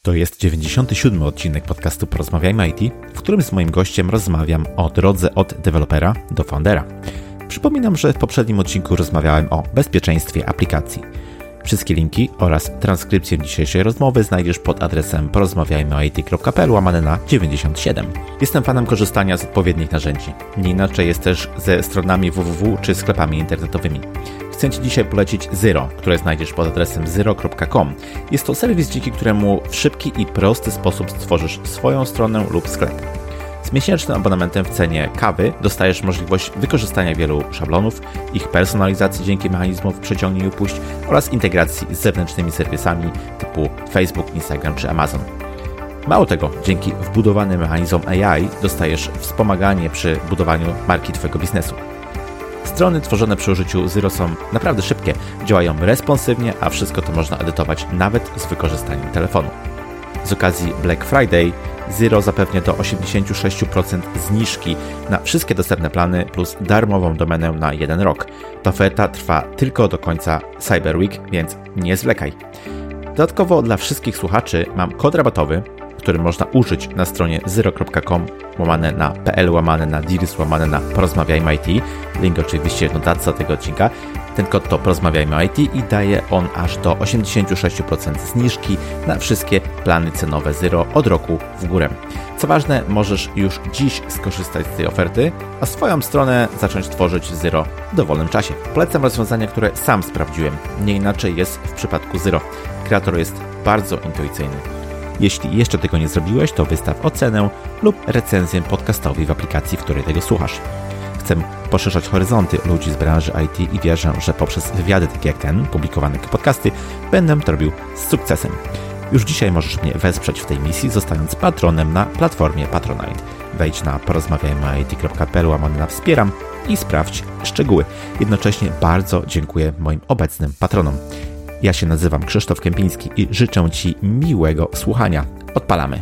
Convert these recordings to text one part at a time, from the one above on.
To jest 97. odcinek podcastu Porozmawiajmy IT, w którym z moim gościem rozmawiam o drodze od dewelopera do foundera. Przypominam, że w poprzednim odcinku rozmawiałem o bezpieczeństwie aplikacji. Wszystkie linki oraz transkrypcję dzisiejszej rozmowy znajdziesz pod adresem porozmawiajmyit.pl/97. Jestem fanem korzystania z odpowiednich narzędzi. Nie inaczej jest też ze stronami www czy sklepami internetowymi. Chcę Ci dzisiaj polecić Xero, które znajdziesz pod adresem xero.com. Jest to serwis, dzięki któremu w szybki i prosty sposób stworzysz swoją stronę lub sklep. Z miesięcznym abonamentem w cenie kawy dostajesz możliwość wykorzystania wielu szablonów, ich personalizacji dzięki mechanizmom przeciągnij i upuść oraz integracji z zewnętrznymi serwisami typu Facebook, Instagram czy Amazon. Mało tego, dzięki wbudowanym mechanizmom AI dostajesz wspomaganie przy budowaniu marki Twojego biznesu. Strony tworzone przy użyciu Xero są naprawdę szybkie, działają responsywnie, a wszystko to można edytować nawet z wykorzystaniem telefonu. Z okazji Black Friday Xero zapewnia do 86% zniżki na wszystkie dostępne plany plus darmową domenę na 1 rok. Ta oferta trwa tylko do końca Cyber Week, więc nie zwlekaj. Dodatkowo dla wszystkich słuchaczy mam kod rabatowy, który można użyć na stronie xero.com/pl/deals/porozmawiajmy IT. Link oczywiście w notatce tego odcinka. Ten kod to porozmawiajmy IT i daje on aż do 86% zniżki na wszystkie plany cenowe Xero od roku w górę. Co ważne, możesz już dziś skorzystać z tej oferty, a swoją stronę zacząć tworzyć Xero w dowolnym czasie. Polecam rozwiązania, które sam sprawdziłem. Nie inaczej jest w przypadku Xero. Kreator jest bardzo intuicyjny. Jeśli jeszcze tego nie zrobiłeś, to wystaw ocenę lub recenzję podcastowi w aplikacji, w której tego słuchasz. Chcę poszerzać horyzonty ludzi z branży IT i wierzę, że poprzez wywiady takie jak ten, publikowane jako podcasty, będę to robił z sukcesem. Już dzisiaj możesz mnie wesprzeć w tej misji, zostając patronem na platformie Patronite. Wejdź na porozmawiajmyit.pl/wspieram i sprawdź szczegóły. Jednocześnie bardzo dziękuję moim obecnym patronom. Ja się nazywam Krzysztof Kępiński i życzę Ci miłego słuchania. Odpalamy!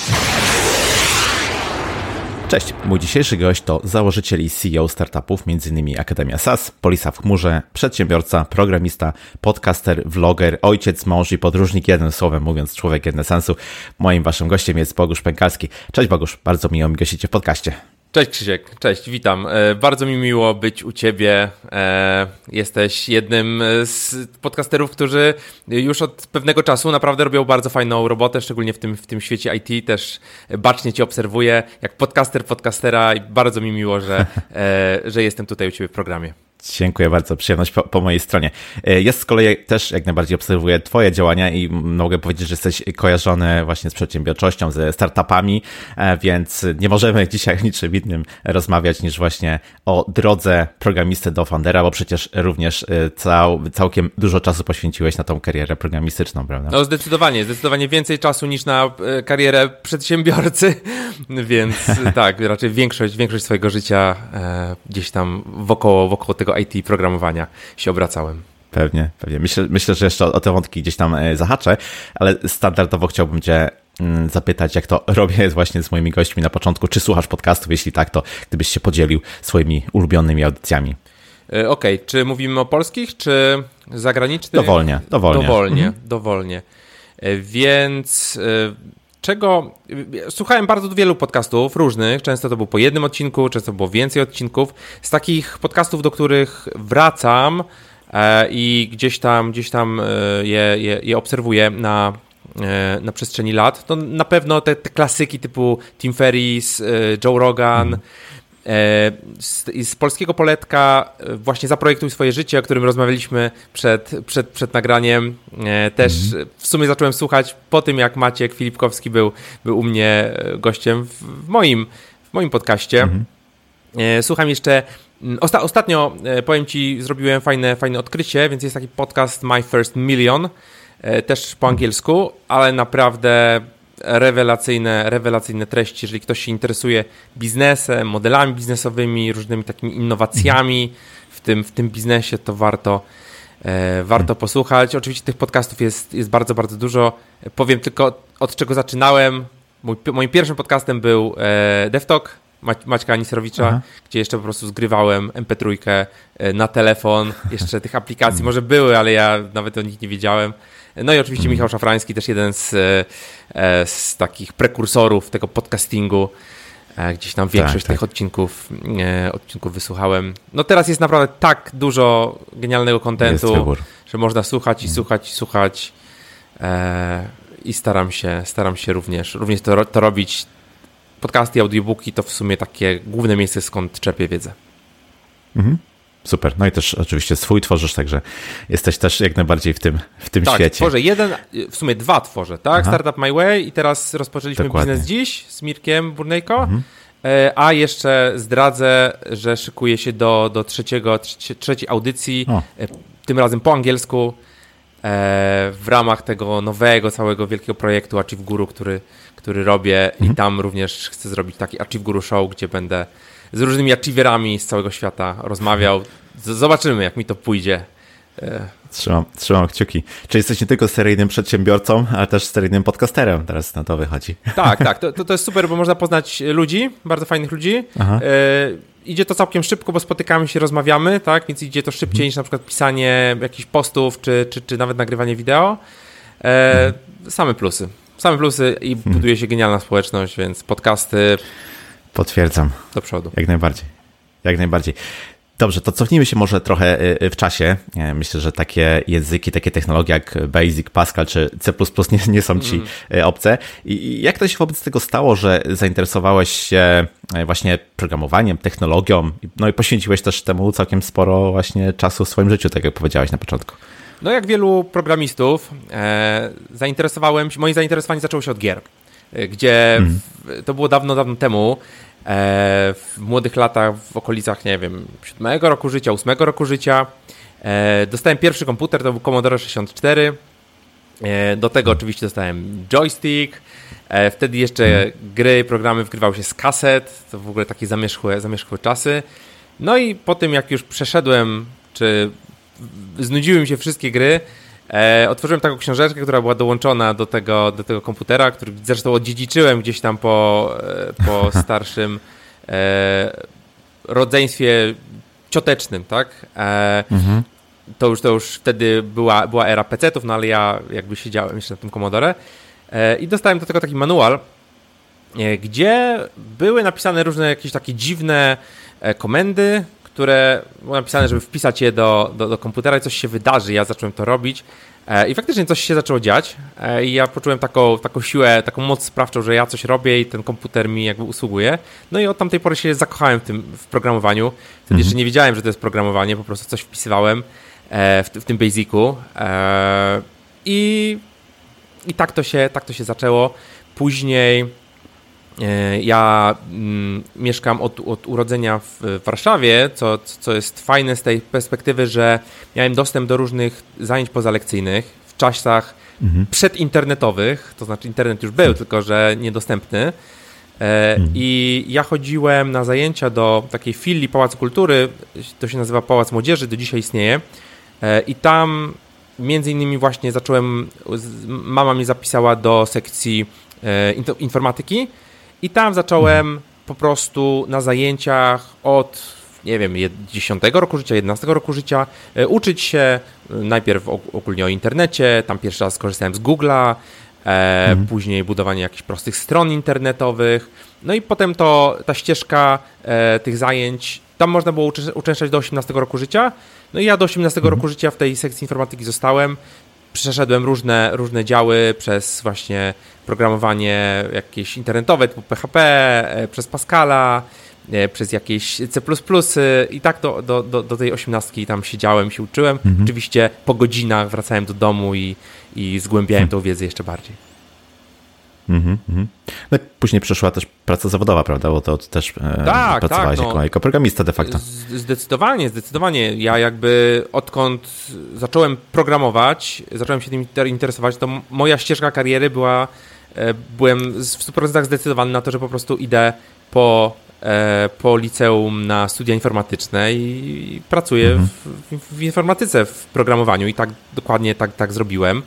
Cześć, mój dzisiejszy gość to założyciel i CEO startupów, m.in. Akademia SaaS, Polisa w chmurze, przedsiębiorca, programista, podcaster, vloger, ojciec, mąż i podróżnik, jednym słowem mówiąc człowiek sensu. Moim waszym gościem jest Bogusz Pękalski. Cześć Bogusz, bardzo miło mi gościcie w podcaście. Cześć Krzysiek, cześć, witam. Bardzo mi miło być u Ciebie. Jesteś jednym z podcasterów, którzy już od pewnego czasu naprawdę robią bardzo fajną robotę, szczególnie w tym świecie IT. Też bacznie Cię obserwuję jak podcastera i bardzo mi miło, że jestem tutaj u Ciebie w programie. Dziękuję bardzo, przyjemność po mojej stronie. Ja z kolei też jak najbardziej obserwuję Twoje działania i mogę powiedzieć, że jesteś kojarzony właśnie z przedsiębiorczością, ze startupami, więc nie możemy dzisiaj o niczym innym rozmawiać niż właśnie o drodze programisty do foundera, bo przecież również całkiem dużo czasu poświęciłeś na tą karierę programistyczną, prawda? No zdecydowanie więcej czasu niż na karierę przedsiębiorcy, więc tak, raczej większość swojego życia gdzieś tam wokoło tego IT programowania się obracałem. Pewnie. Myślę, że jeszcze o te wątki gdzieś tam zahaczę, ale standardowo chciałbym Cię zapytać, jak to robię właśnie z moimi gośćmi na początku. Czy słuchasz podcastów? Jeśli tak, to gdybyś się podzielił swoimi ulubionymi audycjami. Okej, czy mówimy o polskich, czy zagranicznych? Dowolnie. Więc słuchałem bardzo wielu podcastów różnych, często to było po jednym odcinku, często było więcej odcinków. Z takich podcastów, do których wracam i gdzieś tam je obserwuję na przestrzeni lat, to na pewno te klasyki typu Tim Ferriss, Joe Rogan. Z polskiego poletka właśnie Zaprojektuj swoje życie, o którym rozmawialiśmy przed nagraniem. Też w sumie zacząłem słuchać po tym, jak Maciek Filipkowski był u mnie gościem w moim podcaście. Słucham jeszcze ostatnio, powiem Ci, zrobiłem fajne odkrycie, więc jest taki podcast My First Million, też po angielsku, ale naprawdę rewelacyjne treści. Jeżeli ktoś się interesuje biznesem, modelami biznesowymi, różnymi takimi innowacjami w tym biznesie, to warto posłuchać. Oczywiście tych podcastów jest bardzo, bardzo dużo. Powiem tylko, od czego zaczynałem. Moim pierwszym podcastem był DevTalk Maćka Anisarowicza, gdzie jeszcze po prostu zgrywałem MP3 na telefon. Jeszcze tych aplikacji może były, ale ja nawet o nich nie wiedziałem. No i oczywiście Michał Szafrański, też jeden z takich prekursorów tego podcastingu. Gdzieś tam większość tych odcinków wysłuchałem. No teraz jest naprawdę tak dużo genialnego kontentu, że można słuchać i słuchać i słuchać. I staram się również to robić. Podcasty, audiobooki to w sumie takie główne miejsce, skąd czerpię wiedzę. Super. No i też oczywiście swój tworzysz, także jesteś też jak najbardziej w tym świecie. Tak, tworzę jeden, w sumie dwa tworzę, tak? Startup My Way i teraz rozpoczęliśmy Biznes Dziś z Mirkiem Burnejko, a jeszcze zdradzę, że szykuję się do trzeciej audycji, tym razem po angielsku, w ramach tego nowego, całego wielkiego projektu Achieve Guru, który robię i tam również chcę zrobić taki Achieve Guru Show, gdzie będę z różnymi achieverami z całego świata rozmawiał. Zobaczymy, jak mi to pójdzie. Trzymam kciuki. Czyli jesteś nie tylko seryjnym przedsiębiorcą, ale też seryjnym podcasterem. Teraz na to wychodzi. Tak. To jest super, bo można poznać ludzi, bardzo fajnych ludzi. Idzie to całkiem szybko, bo spotykamy się, rozmawiamy, tak? Więc idzie to szybciej niż na przykład pisanie jakichś postów, czy nawet nagrywanie wideo. Same plusy i buduje się genialna społeczność, więc podcasty... Potwierdzam. Do przodu. Jak najbardziej. Dobrze, to cofnijmy się może trochę w czasie. Myślę, że takie języki, takie technologie jak Basic, Pascal czy C++ nie są ci obce. I jak to się wobec tego stało, że zainteresowałeś się właśnie programowaniem, technologią, no i poświęciłeś też temu całkiem sporo właśnie czasu w swoim życiu, tak jak powiedziałeś na początku? No jak wielu programistów, moje zainteresowanie zaczęło się od gier, gdzie to było dawno temu, w młodych latach, w okolicach, nie wiem, 7 roku życia, 8 roku życia. Dostałem pierwszy komputer, to był Commodore 64. Do tego oczywiście dostałem joystick. Wtedy jeszcze programy wgrywały się z kaset. To w ogóle takie zamierzchłe czasy. No i po tym, jak już przeszedłem, czy znudziły mi się wszystkie gry, otworzyłem taką książeczkę, która była dołączona do tego komputera, który zresztą odziedziczyłem gdzieś tam po starszym rodzeństwie ciotecznym, tak? To już wtedy była era PC-ów, no ale ja jakby siedziałem jeszcze na tym Commodore i dostałem do tego taki manual, gdzie były napisane różne jakieś takie dziwne komendy, które było napisane, żeby wpisać je do komputera i coś się wydarzy. Ja zacząłem to robić i faktycznie coś się zaczęło dziać i ja poczułem taką siłę, taką moc sprawczą, że ja coś robię i ten komputer mi jakby usługuje. No i od tamtej pory się zakochałem w programowaniu. Wtedy jeszcze nie wiedziałem, że to jest programowanie, po prostu coś wpisywałem w tym Basicu i tak to się zaczęło. Później ja mieszkam od urodzenia w Warszawie, co jest fajne z tej perspektywy, że miałem dostęp do różnych zajęć pozalekcyjnych w czasach przedinternetowych, to znaczy internet już był, tylko że niedostępny. I ja chodziłem na zajęcia do takiej filii Pałacu Kultury, to się nazywa Pałac Młodzieży, do dzisiaj istnieje. I tam między innymi właśnie mama mnie zapisała do sekcji informatyki. I tam zacząłem po prostu na zajęciach od, nie wiem, 10 roku życia, 11 roku życia uczyć się najpierw ogólnie o internecie, tam pierwszy raz skorzystałem z Google'a, później budowanie jakichś prostych stron internetowych, no i potem ta ścieżka tych zajęć, tam można było uczęszczać do 18 roku życia, no i ja do 18 roku życia w tej sekcji informatyki zostałem. Przeszedłem różne działy przez właśnie programowanie jakieś internetowe typu PHP, przez Pascala, przez jakieś C++ i tak do tej 18 tam siedziałem, się uczyłem. Oczywiście po godzinach wracałem do domu i zgłębiałem tą wiedzę jeszcze bardziej. No i później przyszła też praca zawodowa, prawda? Bo to też pracowałeś jako programista de facto. Zdecydowanie. Ja jakby odkąd zacząłem programować, zacząłem się tym interesować, to moja ścieżka kariery byłem w 100% zdecydowany na to, że po prostu idę po liceum na studia informatyczne i pracuję w informatyce, w programowaniu i tak dokładnie tak zrobiłem.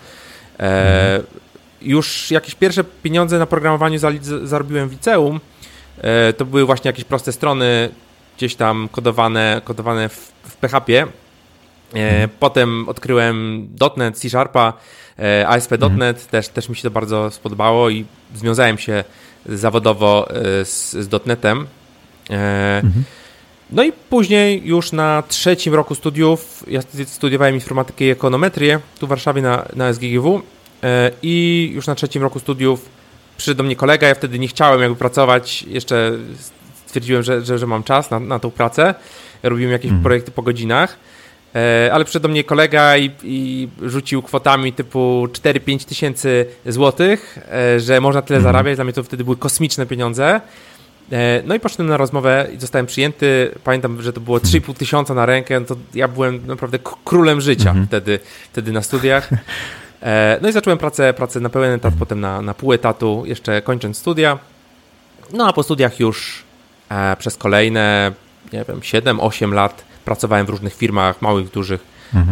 Już jakieś pierwsze pieniądze na programowaniu zarobiłem w liceum. To były właśnie jakieś proste strony, gdzieś tam kodowane w PHP. Potem odkryłem .NET, C Sharpa, ASP.NET, też mi się to bardzo spodobało i związałem się zawodowo z .NETem. No i później już na 3. roku studiów, ja studiowałem informatykę i ekonometrię tu w Warszawie na SGGW i już na 3. roku studiów przyszedł do mnie kolega, ja wtedy nie chciałem jakby pracować, jeszcze stwierdziłem, że mam czas na tą pracę, robiłem jakieś projekty po godzinach, ale przyszedł do mnie kolega i rzucił kwotami typu 4-5 tysięcy złotych, że można tyle zarabiać, dla mnie to wtedy były kosmiczne pieniądze. No i poszedłem na rozmowę i zostałem przyjęty. Pamiętam, że to było 3,5 tysiąca na rękę, no to ja byłem naprawdę królem życia wtedy na studiach. No i zacząłem pracę na pełen etat, potem na pół etatu, jeszcze kończąc studia. No a po studiach już przez kolejne, nie wiem, 7-8 lat pracowałem w różnych firmach, małych, dużych,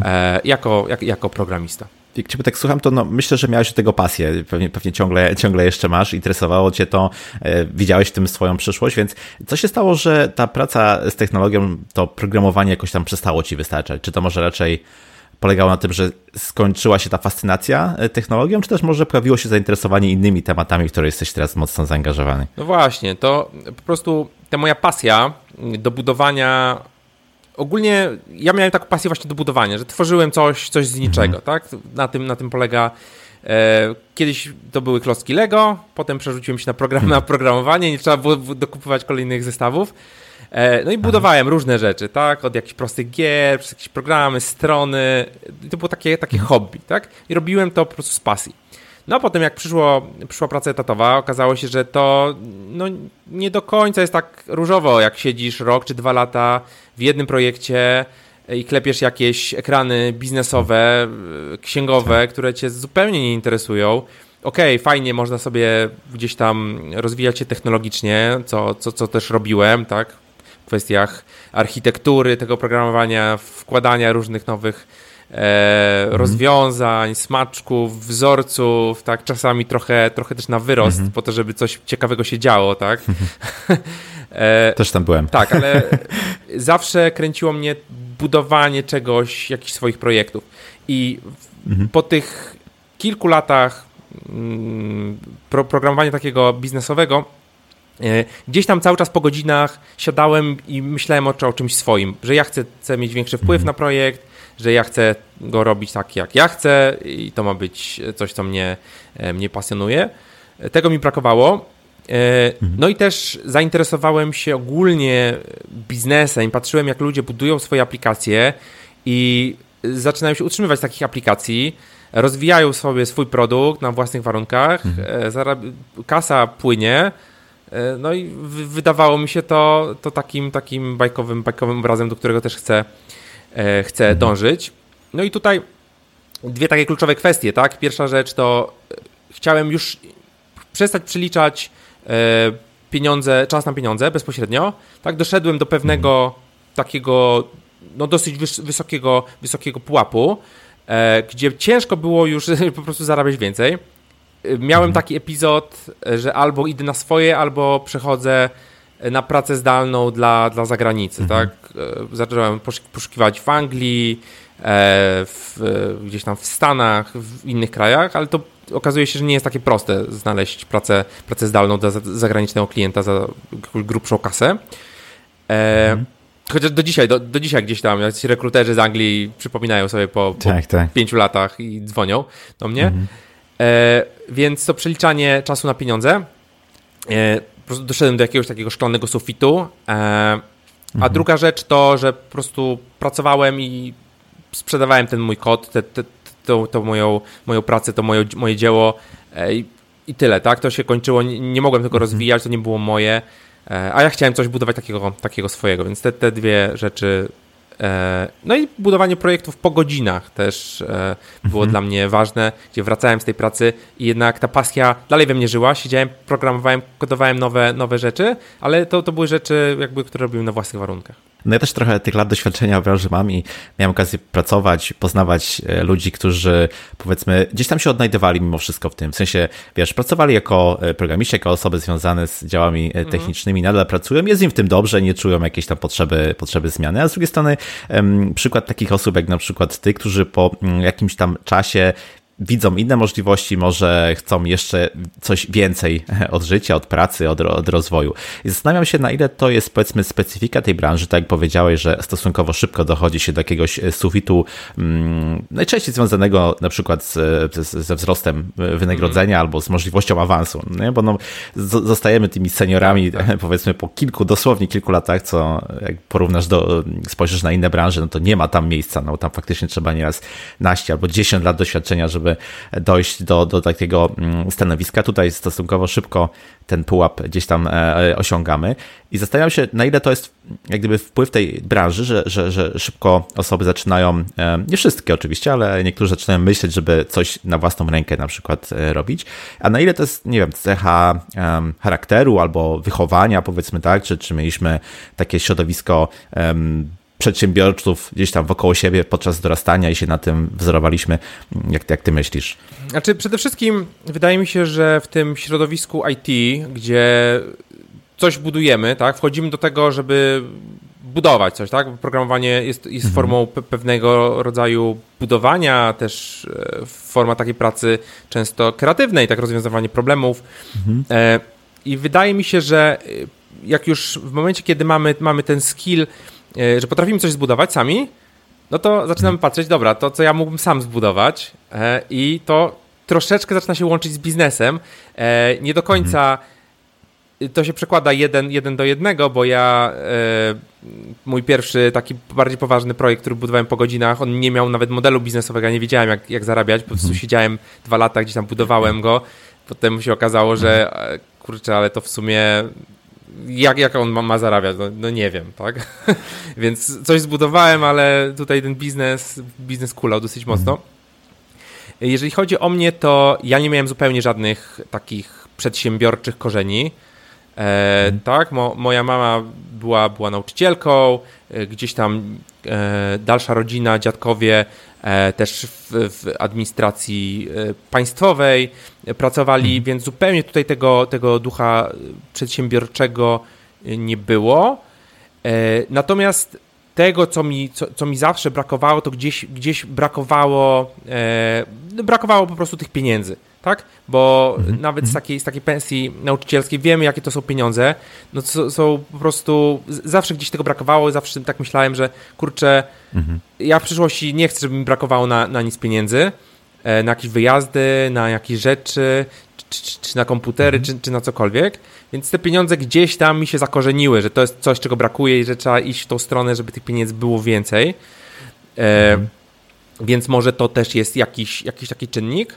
jako programista. Jak ciebie tak słucham, to myślę, że miałeś do tego pasję, pewnie ciągle jeszcze masz, interesowało cię to, widziałeś w tym swoją przyszłość, więc co się stało, że ta praca z technologią, to programowanie jakoś tam przestało ci wystarczać? Czy to może raczej polegało na tym, że skończyła się ta fascynacja technologią, czy też może pojawiło się zainteresowanie innymi tematami, w które jesteś teraz mocno zaangażowany? No właśnie, to po prostu ta moja pasja do budowania. Ogólnie ja miałem taką pasję właśnie do budowania, że tworzyłem coś z niczego, tak? Na tym polega. Kiedyś to były klocki Lego, potem przerzuciłem się na programowanie, nie trzeba było dokupywać kolejnych zestawów. No i budowałem różne rzeczy, tak? Od jakichś prostych gier, przez jakieś programy, strony. I to było takie hobby, tak? I robiłem to po prostu z pasji. No a potem jak przyszła praca etatowa, okazało się, że to nie do końca jest tak różowo, jak siedzisz rok czy 2 lata w jednym projekcie i klepiesz jakieś ekrany biznesowe, księgowe, które cię zupełnie nie interesują. Okej, fajnie, można sobie gdzieś tam rozwijać się technologicznie, co też robiłem, tak? W kwestiach architektury tego programowania, wkładania różnych nowych rozwiązań, smaczków, wzorców, tak, czasami trochę też na wyrost, po to, żeby coś ciekawego się działo, tak. Też tam byłem. Tak, ale zawsze kręciło mnie budowanie czegoś, jakichś swoich projektów. I po tych kilku latach programowania takiego biznesowego, gdzieś tam cały czas po godzinach siadałem i myślałem o czymś swoim, że ja chcę mieć większy wpływ na projekt, że ja chcę go robić tak, jak ja chcę i to ma być coś, co mnie pasjonuje. Tego mi brakowało. No i też zainteresowałem się ogólnie biznesem. Patrzyłem, jak ludzie budują swoje aplikacje i zaczynają się utrzymywać z takich aplikacji, rozwijają sobie swój produkt na własnych warunkach, kasa płynie, no i wydawało mi się to takim bajkowym obrazem, do którego też chcę dążyć. No i tutaj 2 takie kluczowe kwestie, tak? Pierwsza rzecz to chciałem już przestać przeliczać czas na pieniądze bezpośrednio. Tak, doszedłem do pewnego takiego dosyć wysokiego pułapu, gdzie ciężko było już po prostu zarabiać więcej. Miałem taki epizod, że albo idę na swoje, albo przechodzę na pracę zdalną dla zagranicy, tak? Zacząłem poszukiwać w Anglii, gdzieś tam w Stanach, w innych krajach, ale to okazuje się, że nie jest takie proste znaleźć pracę zdalną dla zagranicznego klienta za grubszą kasę. Chociaż do dzisiaj gdzieś tam jacyś rekruterzy z Anglii przypominają sobie po 5 latach i dzwonią do mnie. Więc to przeliczanie czasu na pieniądze, po prostu doszedłem do jakiegoś takiego szklanego sufitu. A druga rzecz to, że po prostu pracowałem i sprzedawałem ten mój kod, tą moją pracę, to moje dzieło i tyle, tak? To się kończyło, nie mogłem tego rozwijać, to nie było moje, a ja chciałem coś budować takiego swojego, więc te 2 rzeczy. No i budowanie projektów po godzinach też było dla mnie ważne, gdzie wracałem z tej pracy i jednak ta pasja dalej we mnie żyła, siedziałem, programowałem, kodowałem nowe rzeczy, ale to były rzeczy, które robiłem na własnych warunkach. No ja też trochę tych lat doświadczenia w branży mam i miałem okazję pracować, poznawać ludzi, którzy powiedzmy gdzieś tam się odnajdywali mimo wszystko w tym. W sensie, wiesz, pracowali jako programiści, jako osoby związane z działami technicznymi, nadal pracują, jest im w tym dobrze, nie czują jakiejś tam potrzeby zmiany, a z drugiej strony przykład takich osób jak na przykład ty, którzy po jakimś tam czasie widzą inne możliwości, może chcą jeszcze coś więcej od życia, od pracy, od rozwoju. I zastanawiam się, na ile to jest, powiedzmy, specyfika tej branży, tak jak powiedziałeś, że stosunkowo szybko dochodzi się do jakiegoś sufitu, najczęściej związanego na przykład ze wzrostem wynagrodzenia albo z możliwością awansu, nie? Bo no, zostajemy tymi seniorami, powiedzmy, po dosłownie kilku latach, co jak porównasz spojrzysz na inne branże, no to nie ma tam miejsca, no tam faktycznie trzeba nieraz naście albo 10 lat doświadczenia, żeby dojść do takiego stanowiska. Tutaj stosunkowo szybko ten pułap gdzieś tam osiągamy i zastanawiam się, na ile to jest jak gdyby wpływ tej branży, że szybko osoby zaczynają, nie wszystkie oczywiście, ale niektórzy zaczynają myśleć, żeby coś na własną rękę na przykład robić, a na ile to jest, nie wiem, cecha charakteru albo wychowania, powiedzmy tak, czy mieliśmy takie środowisko przedsiębiorców gdzieś tam wokoło siebie podczas dorastania i się na tym wzorowaliśmy. Jak ty myślisz? Znaczy, przede wszystkim wydaje mi się, że w tym środowisku IT, gdzie coś budujemy, tak, wchodzimy do tego, żeby budować coś, tak? Programowanie jest formą pewnego rodzaju budowania, też forma takiej pracy często kreatywnej, tak, rozwiązywanie problemów. I wydaje mi się, że jak już w momencie, kiedy mamy ten skill, że potrafimy coś zbudować sami, no to zaczynamy patrzeć, dobra, to co ja mógłbym sam zbudować i to troszeczkę zaczyna się łączyć z biznesem. Nie do końca to się przekłada jeden do jednego, bo ja mój pierwszy taki bardziej poważny projekt, który budowałem po godzinach, on nie miał nawet modelu biznesowego, ja nie wiedziałem jak zarabiać, po prostu siedziałem 2 lata, gdzieś tam budowałem go, potem się okazało, że kurczę, ale to w sumie jak on ma zarabiać? No nie wiem, tak? Więc coś zbudowałem, ale tutaj ten biznes kulał dosyć mocno. Jeżeli chodzi o mnie, to ja nie miałem zupełnie żadnych takich przedsiębiorczych korzeni. Tak, moja mama była nauczycielką, gdzieś tam dalsza rodzina, dziadkowie też w administracji państwowej pracowali, więc zupełnie tutaj tego ducha przedsiębiorczego nie było. Natomiast tego, co mi zawsze brakowało, to gdzieś brakowało po prostu tych pieniędzy, tak? Bo nawet z takiej pensji nauczycielskiej wiemy, jakie to są pieniądze. No są po prostu, zawsze gdzieś tego brakowało, zawsze tak myślałem, że kurczę, ja w przyszłości nie chcę, żeby mi brakowało na nic pieniędzy, na jakieś wyjazdy, na jakieś rzeczy, czy na komputery, czy na cokolwiek. Więc te pieniądze gdzieś tam mi się zakorzeniły, że to jest coś, czego brakuje i że trzeba iść w tą stronę, żeby tych pieniędzy było więcej. Więc może to też jest jakiś taki czynnik.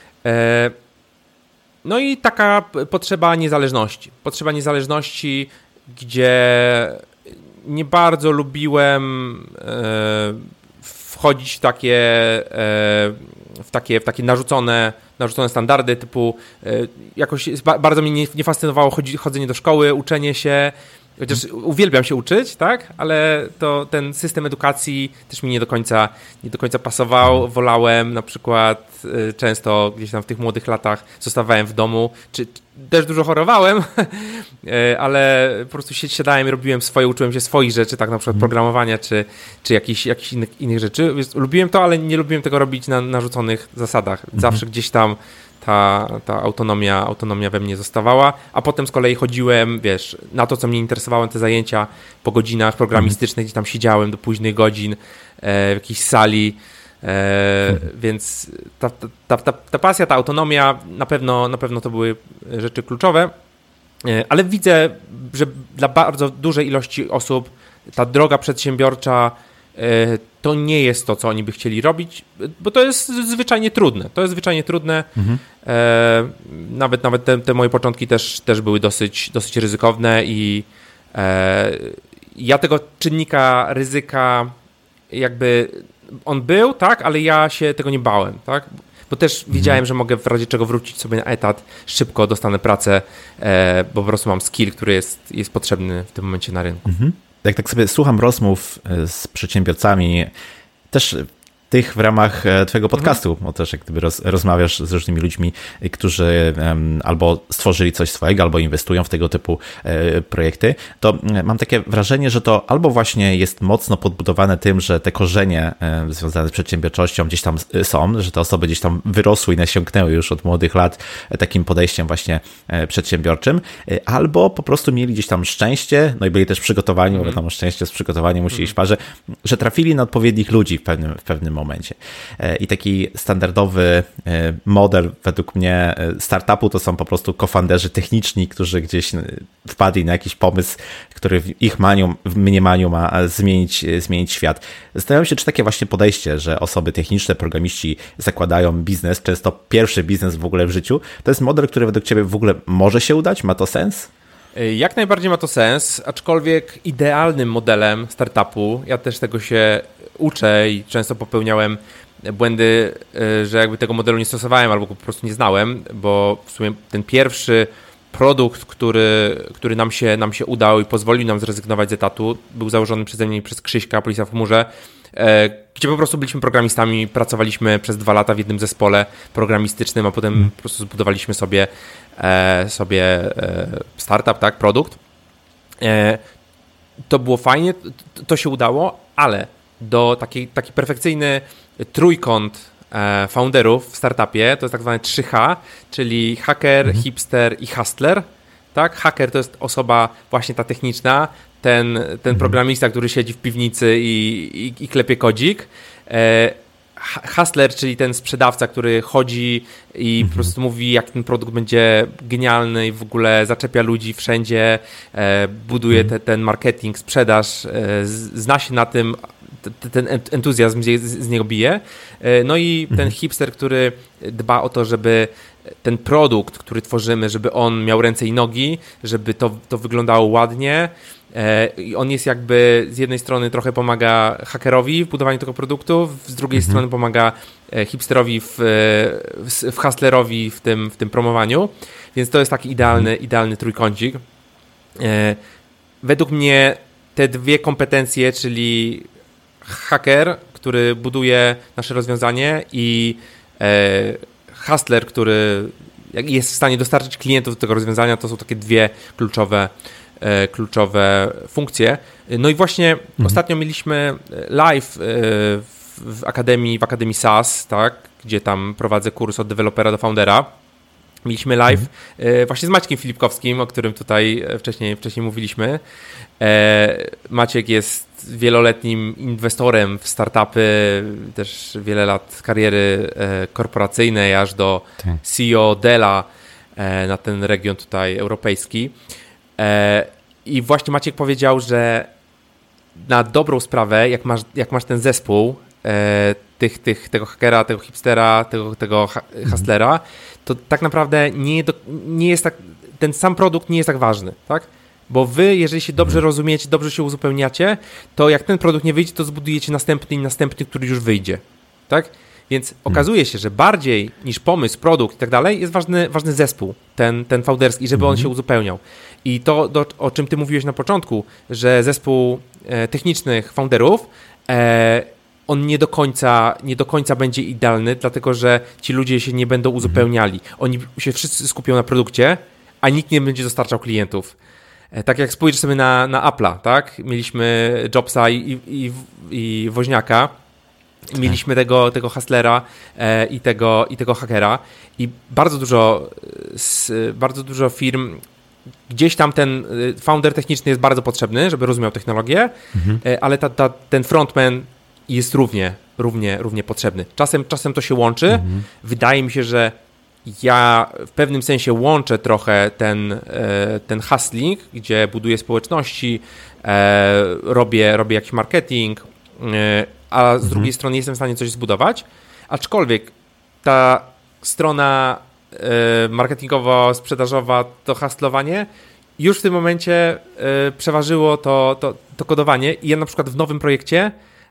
No i taka potrzeba niezależności, gdzie nie bardzo lubiłem wchodzić w takie narzucone standardy typu jakoś bardzo mnie nie fascynowało chodzenie do szkoły, uczenie się, chociaż uwielbiam się uczyć, tak, ale to ten system edukacji też mi nie do końca pasował. Wolałem na przykład często gdzieś tam w tych młodych latach zostawałem w domu, czy też dużo chorowałem, ale po prostu siadałem i robiłem uczyłem się swoich rzeczy, tak na przykład programowania, czy jakichś innych rzeczy. Więc lubiłem to, ale nie lubiłem tego robić na narzuconych zasadach. Zawsze gdzieś tam ta autonomia we mnie zostawała, a potem z kolei chodziłem, wiesz, na to, co mnie interesowało, te zajęcia po godzinach programistycznych, gdzie tam siedziałem do późnych godzin w jakiejś sali, więc ta pasja, ta autonomia, na pewno to były rzeczy kluczowe, ale widzę, że dla bardzo dużej ilości osób ta droga przedsiębiorcza to nie jest to, co oni by chcieli robić, bo to jest zwyczajnie trudne. Nawet te moje początki też były dosyć ryzykowne i ja tego czynnika ryzyka jakby on był, tak, ale ja się tego nie bałem, tak, bo też wiedziałem, że mogę w razie czego wrócić sobie na etat, szybko dostanę pracę, bo po prostu mam skill, który jest potrzebny w tym momencie na rynku. jak tak sobie słucham rozmów z przedsiębiorcami, też tych w ramach twojego podcastu, bo też jak gdyby rozmawiasz z różnymi ludźmi, którzy albo stworzyli coś swojego, albo inwestują w tego typu projekty, to mam takie wrażenie, że to albo właśnie jest mocno podbudowane tym, że te korzenie związane z przedsiębiorczością gdzieś tam są, że te osoby gdzieś tam wyrosły i nasiąknęły już od młodych lat takim podejściem właśnie przedsiębiorczym, albo po prostu mieli gdzieś tam szczęście, no i byli też przygotowani, bo tam szczęście z przygotowaniem musi iść w parze, że trafili na odpowiednich ludzi w pewnym momencie. I taki standardowy model według mnie startupu to są po prostu cofounderzy techniczni, którzy gdzieś wpadli na jakiś pomysł, który w ich mniemaniu ma zmienić świat. Zastanawiam się, czy takie właśnie podejście, że osoby techniczne, programiści zakładają biznes, często pierwszy biznes w ogóle w życiu, to jest model, który według ciebie w ogóle może się udać? Ma to sens? Jak najbardziej ma to sens, aczkolwiek idealnym modelem startupu, ja też tego się uczę i często popełniałem błędy, że jakby tego modelu nie stosowałem albo go po prostu nie znałem, bo w sumie ten pierwszy produkt, który nam się udał i pozwolił nam zrezygnować z etatu, był założony przeze mnie i przez Krzyśka, Polisa w chmurze, gdzie po prostu byliśmy programistami, pracowaliśmy przez 2 lata w jednym zespole programistycznym, a potem po prostu zbudowaliśmy sobie startup, tak, produkt. To było fajnie, to się udało, ale do taki perfekcyjny trójkąt founderów w startupie, to jest tak zwane 3H, czyli hacker, hipster i hustler. Tak? Hacker to jest osoba właśnie ta techniczna, ten programista, który siedzi w piwnicy i klepie kodzik. Hustler, czyli ten sprzedawca, który chodzi i po prostu mówi, jak ten produkt będzie genialny i w ogóle zaczepia ludzi wszędzie, buduje ten marketing, sprzedaż, zna się na tym, ten entuzjazm z niego bije. No i ten hipster, który dba o to, żeby ten produkt, który tworzymy, żeby on miał ręce i nogi, żeby to wyglądało ładnie. I on jest jakby z jednej strony trochę pomaga hakerowi w budowaniu tego produktu, z drugiej strony pomaga hipsterowi w hustlerowi w tym promowaniu. Więc to jest taki idealny trójkącik. Według mnie te dwie kompetencje, czyli hacker, który buduje nasze rozwiązanie i hustler, który jest w stanie dostarczyć klientów do tego rozwiązania, to są takie dwie kluczowe funkcje. No i właśnie ostatnio mieliśmy live w Akademii SaaS, tak, gdzie tam prowadzę kurs od dewelopera do foundera. Mieliśmy live właśnie z Maćkiem Filipkowskim, o którym tutaj wcześniej mówiliśmy. Maciek jest wieloletnim inwestorem w startupy, też wiele lat kariery korporacyjnej, aż do CEO Della na ten region tutaj europejski. I właśnie Maciek powiedział, że na dobrą sprawę, jak masz ten zespół tego hakera, tego hipstera, tego hustlera, to tak naprawdę nie jest tak, ten sam produkt nie jest tak ważny, tak? Bo wy, jeżeli się dobrze rozumiecie, dobrze się uzupełniacie, to jak ten produkt nie wyjdzie, to zbudujecie następny, który już wyjdzie, tak? Więc okazuje się, że bardziej niż pomysł, produkt i tak dalej, jest ważny zespół, ten founderski, żeby on się uzupełniał. I to, o czym ty mówiłeś na początku, że zespół technicznych founderów, on nie do końca będzie idealny, dlatego że ci ludzie się nie będą uzupełniali. Oni się wszyscy skupią na produkcie, a nikt nie będzie dostarczał klientów. Tak jak spojrzysz sobie na Apple'a, tak? Mieliśmy Jobsa i Woźniaka, mieliśmy tego hustlera i tego hakera i bardzo dużo firm, gdzieś tam ten founder techniczny jest bardzo potrzebny, żeby rozumiał technologię, ale ten frontman jest równie potrzebny. Czasem to się łączy. Wydaje mi się, że ja w pewnym sensie łączę trochę ten hustling, gdzie buduję społeczności, robię jakiś marketing, a z drugiej strony jestem w stanie coś zbudować, aczkolwiek ta strona marketingowo-sprzedażowa, to hustlowanie, już w tym momencie przeważyło to kodowanie i ja na przykład w nowym projekcie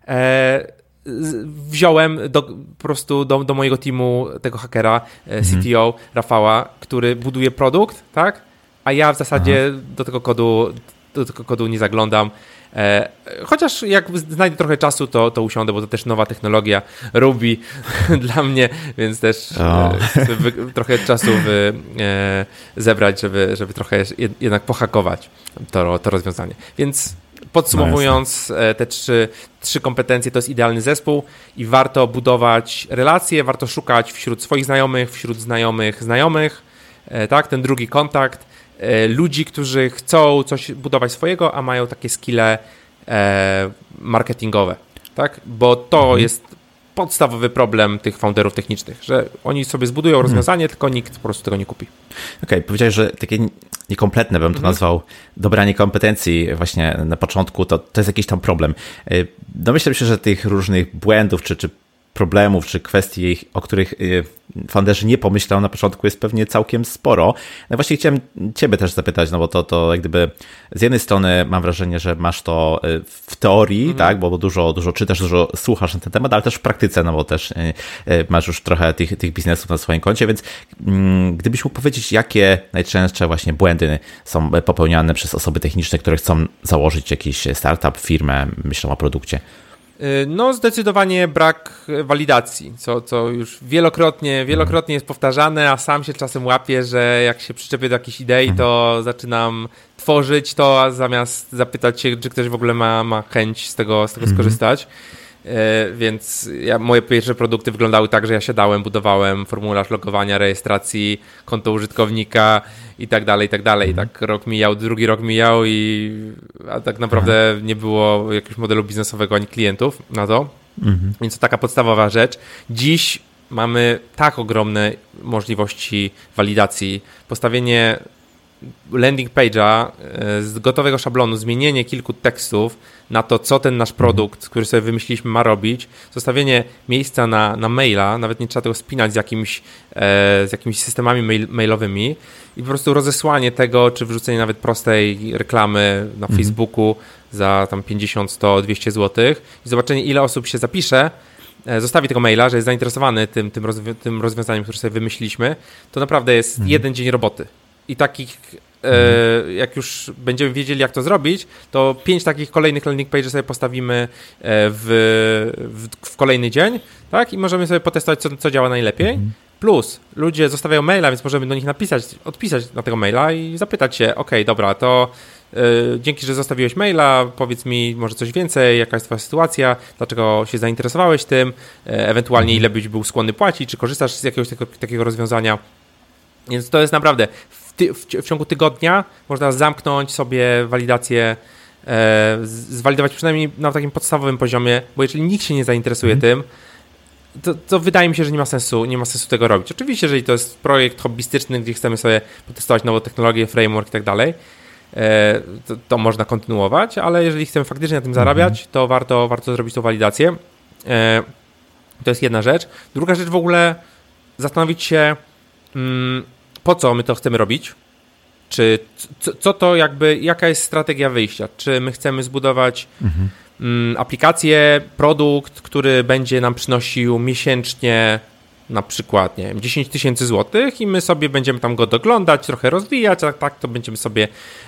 wziąłem po prostu do mojego teamu tego hakera, CTO, Rafała, który buduje produkt, tak? A ja w zasadzie do tego kodu nie zaglądam. Chociaż jak znajdę trochę czasu, to usiądę, bo to też nowa technologia Ruby dla mnie, więc też chcę trochę czasu zebrać, żeby trochę jednak pohakować to rozwiązanie. Więc podsumowując, te trzy kompetencje to jest idealny zespół i warto budować relacje, warto szukać wśród swoich znajomych, wśród znajomych, tak, ten drugi kontakt, ludzi, którzy chcą coś budować swojego, a mają takie skille marketingowe, tak, bo to jest podstawowy problem tych founderów technicznych, że oni sobie zbudują rozwiązanie, tylko nikt po prostu tego nie kupi. Okej, powiedziałeś, że takie niekompletne, bym to nazwał, dobranie kompetencji właśnie na początku, to jest jakiś tam problem. Domyślam się, że tych różnych błędów, czy problemów, czy kwestii, o których founderzy nie pomyślą na początku, jest pewnie całkiem sporo. No właśnie chciałem ciebie też zapytać, no bo to jak gdyby z jednej strony mam wrażenie, że masz to w teorii, tak, bo dużo czytasz, dużo słuchasz na ten temat, ale też w praktyce, no bo też masz już trochę tych biznesów na swoim koncie, więc gdybyś mógł powiedzieć, jakie najczęstsze właśnie błędy są popełniane przez osoby techniczne, które chcą założyć jakiś startup, firmę, myślą o produkcie. No zdecydowanie brak walidacji, co już wielokrotnie jest powtarzane, a sam się czasem łapię, że jak się przyczepię do jakiejś idei, to zaczynam tworzyć to, a zamiast zapytać się, czy ktoś w ogóle ma chęć z tego skorzystać. Więc moje pierwsze produkty wyglądały tak, że ja siadałem, budowałem formularz logowania, rejestracji, konto użytkownika i tak dalej. I tak rok mijał, drugi rok mijał a tak naprawdę nie było jakiegoś modelu biznesowego ani klientów na to. Więc to taka podstawowa rzecz. Dziś mamy tak ogromne możliwości walidacji. Postawienie landing page'a z gotowego szablonu, zmienienie kilku tekstów na to, co ten nasz produkt, który sobie wymyśliliśmy, ma robić, zostawienie miejsca na maila, nawet nie trzeba tego spinać z jakimiś systemami mailowymi i po prostu rozesłanie tego, czy wrzucenie nawet prostej reklamy na Facebooku za tam 50, 100, 200 zł i zobaczenie, ile osób się zapisze, zostawi tego maila, że jest zainteresowany tym rozwiązaniem, które sobie wymyśliliśmy, to naprawdę jest jeden dzień roboty. I takich, jak już będziemy wiedzieli, jak to zrobić, to 5 takich kolejnych landing pages sobie postawimy w kolejny dzień, tak? I możemy sobie potestować, co działa najlepiej. Plus ludzie zostawiają maila, więc możemy do nich odpisać na tego maila i zapytać się, dobra, to dzięki, że zostawiłeś maila, powiedz mi może coś więcej, jaka jest twoja sytuacja, dlaczego się zainteresowałeś tym, ewentualnie ile byś był skłonny płacić, czy korzystasz z jakiegoś takiego rozwiązania. Więc to jest naprawdę, w ciągu tygodnia można zamknąć sobie walidację, zwalidować przynajmniej na takim podstawowym poziomie, bo jeżeli nikt się nie zainteresuje tym, to wydaje mi się, że nie ma sensu tego robić. Oczywiście, jeżeli to jest projekt hobbystyczny, gdzie chcemy sobie potestować nową technologię, framework i tak dalej, to można kontynuować, ale jeżeli chcemy faktycznie na tym zarabiać, to warto zrobić tą walidację. To jest jedna rzecz. Druga rzecz w ogóle zastanowić się, po co my to chcemy robić, czy co to jaka jest strategia wyjścia, czy my chcemy zbudować aplikację, produkt, który będzie nam przynosił miesięcznie na przykład, nie wiem, 10 000 złotych i my sobie będziemy tam go doglądać, trochę rozwijać, a tak to będziemy sobie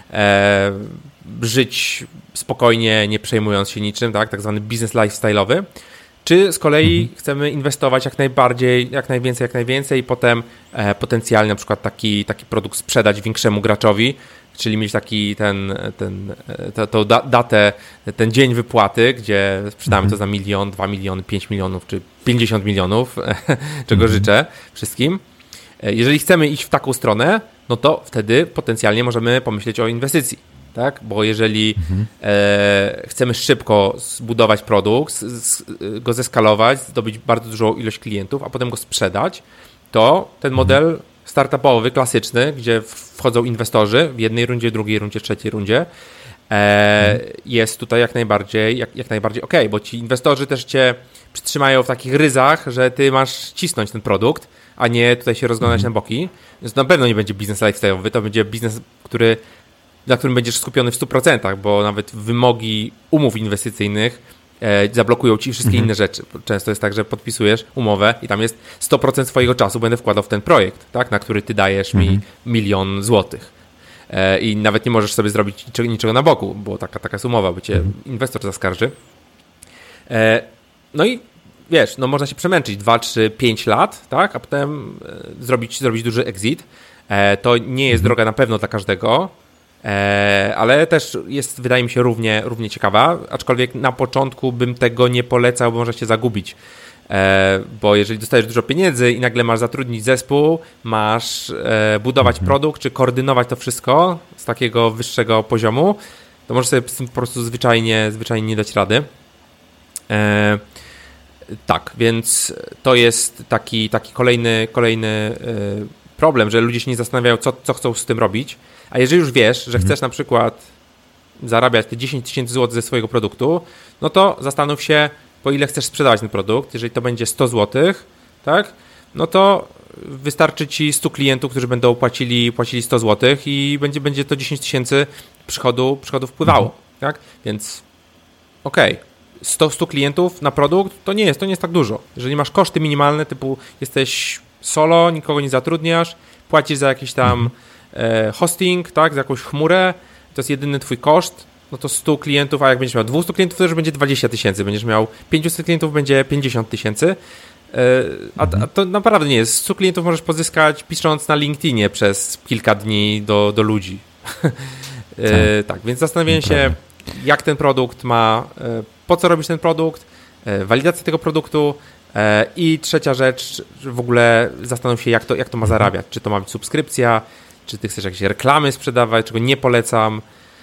żyć spokojnie, nie przejmując się niczym, tak zwany biznes lifestyle'owy. Czy z kolei chcemy inwestować jak najwięcej i potem potencjalnie na przykład taki produkt sprzedać większemu graczowi, czyli mieć taki tą datę, ten dzień wypłaty, gdzie sprzedamy to za 1 milion, 2 miliony, 5 milionów czy 50 milionów, czego życzę wszystkim. Jeżeli chcemy iść w taką stronę, no to wtedy potencjalnie możemy pomyśleć o inwestycji. Tak? Bo jeżeli chcemy szybko zbudować produkt, go zeskalować, zdobyć bardzo dużą ilość klientów, a potem go sprzedać, to ten model startupowy, klasyczny, gdzie wchodzą inwestorzy w jednej rundzie, drugiej rundzie, trzeciej rundzie, jest tutaj jak najbardziej okej, bo ci inwestorzy też cię przytrzymają w takich ryzach, że ty masz cisnąć ten produkt, a nie tutaj się rozglądać na boki. Więc to na pewno nie będzie biznes lifestyle'owy, to będzie biznes, na którym będziesz skupiony w 100%, bo nawet wymogi umów inwestycyjnych zablokują ci wszystkie inne rzeczy. Często jest tak, że podpisujesz umowę i tam jest 100% swojego czasu będę wkładał w ten projekt, tak, na który ty dajesz mi 1 milion złotych. i nawet nie możesz sobie zrobić niczego na boku, bo taka jest umowa, bo cię inwestor zaskarży. No i wiesz, no można się przemęczyć 2, 3, 5 lat, tak, a potem zrobić duży exit. To nie jest droga na pewno dla każdego, ale też jest, wydaje mi się, równie ciekawa, aczkolwiek na początku bym tego nie polecał, bo może się zagubić. Bo jeżeli dostajesz dużo pieniędzy i nagle masz zatrudnić zespół, masz budować produkt, czy koordynować to wszystko z takiego wyższego poziomu, to możesz sobie z tym po prostu zwyczajnie nie dać rady. Tak, więc to jest taki kolejny problem, że ludzie się nie zastanawiają, co chcą z tym robić. A jeżeli już wiesz, że chcesz na przykład zarabiać te 10 000 złotych ze swojego produktu, no to zastanów się, po ile chcesz sprzedawać ten produkt. Jeżeli to będzie 100 złotych, tak, no to wystarczy ci 100 klientów, którzy będą płacili 100 złotych i będzie to 10 000 przychodu wpływało. Tak? Więc okej. 100 klientów na produkt to nie jest tak dużo. Jeżeli masz koszty minimalne, typu jesteś solo, nikogo nie zatrudniasz, płacisz za jakiś tam hosting, tak, za jakąś chmurę, to jest jedyny twój koszt, no to 100 klientów, a jak będziesz miał 200 klientów, to już będzie 20 000, będziesz miał 500 klientów, będzie 50 000, a to naprawdę nie jest. 100 klientów możesz pozyskać pisząc na LinkedInie przez kilka dni do ludzi. Tak, więc zastanawiam się, jak ten produkt ma, po co robisz ten produkt, walidacja tego produktu i trzecia rzecz, że w ogóle zastanów się, jak to ma zarabiać. Czy to ma być subskrypcja, czy ty chcesz jakieś reklamy sprzedawać, czego nie polecam,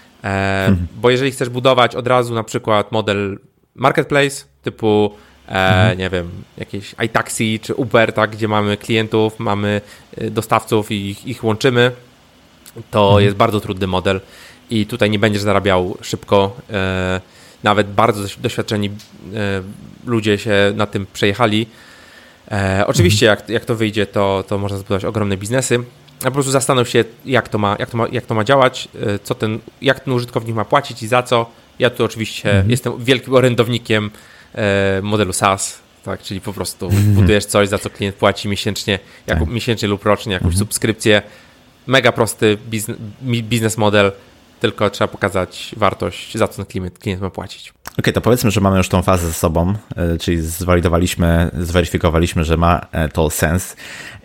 bo jeżeli chcesz budować od razu na przykład model marketplace typu nie wiem, jakieś iTaxi czy Uber, tak, gdzie mamy klientów, mamy dostawców i ich łączymy, to jest bardzo trudny model i tutaj nie będziesz zarabiał szybko. Nawet bardzo doświadczeni ludzie się na tym przejechali. Oczywiście jak to wyjdzie, to można zbudować ogromne biznesy. A po prostu zastanów się, jak to ma działać, jak ten użytkownik ma płacić i za co. Ja tu oczywiście jestem wielkim orędownikiem modelu SaaS, tak, czyli po prostu budujesz coś, za co klient płaci miesięcznie lub rocznie, jakąś subskrypcję. Mega prosty biznes model, tylko trzeba pokazać wartość, za co ten klient ma płacić. Okej, to powiedzmy, że mamy już tą fazę ze sobą, czyli zweryfikowaliśmy, że ma to sens.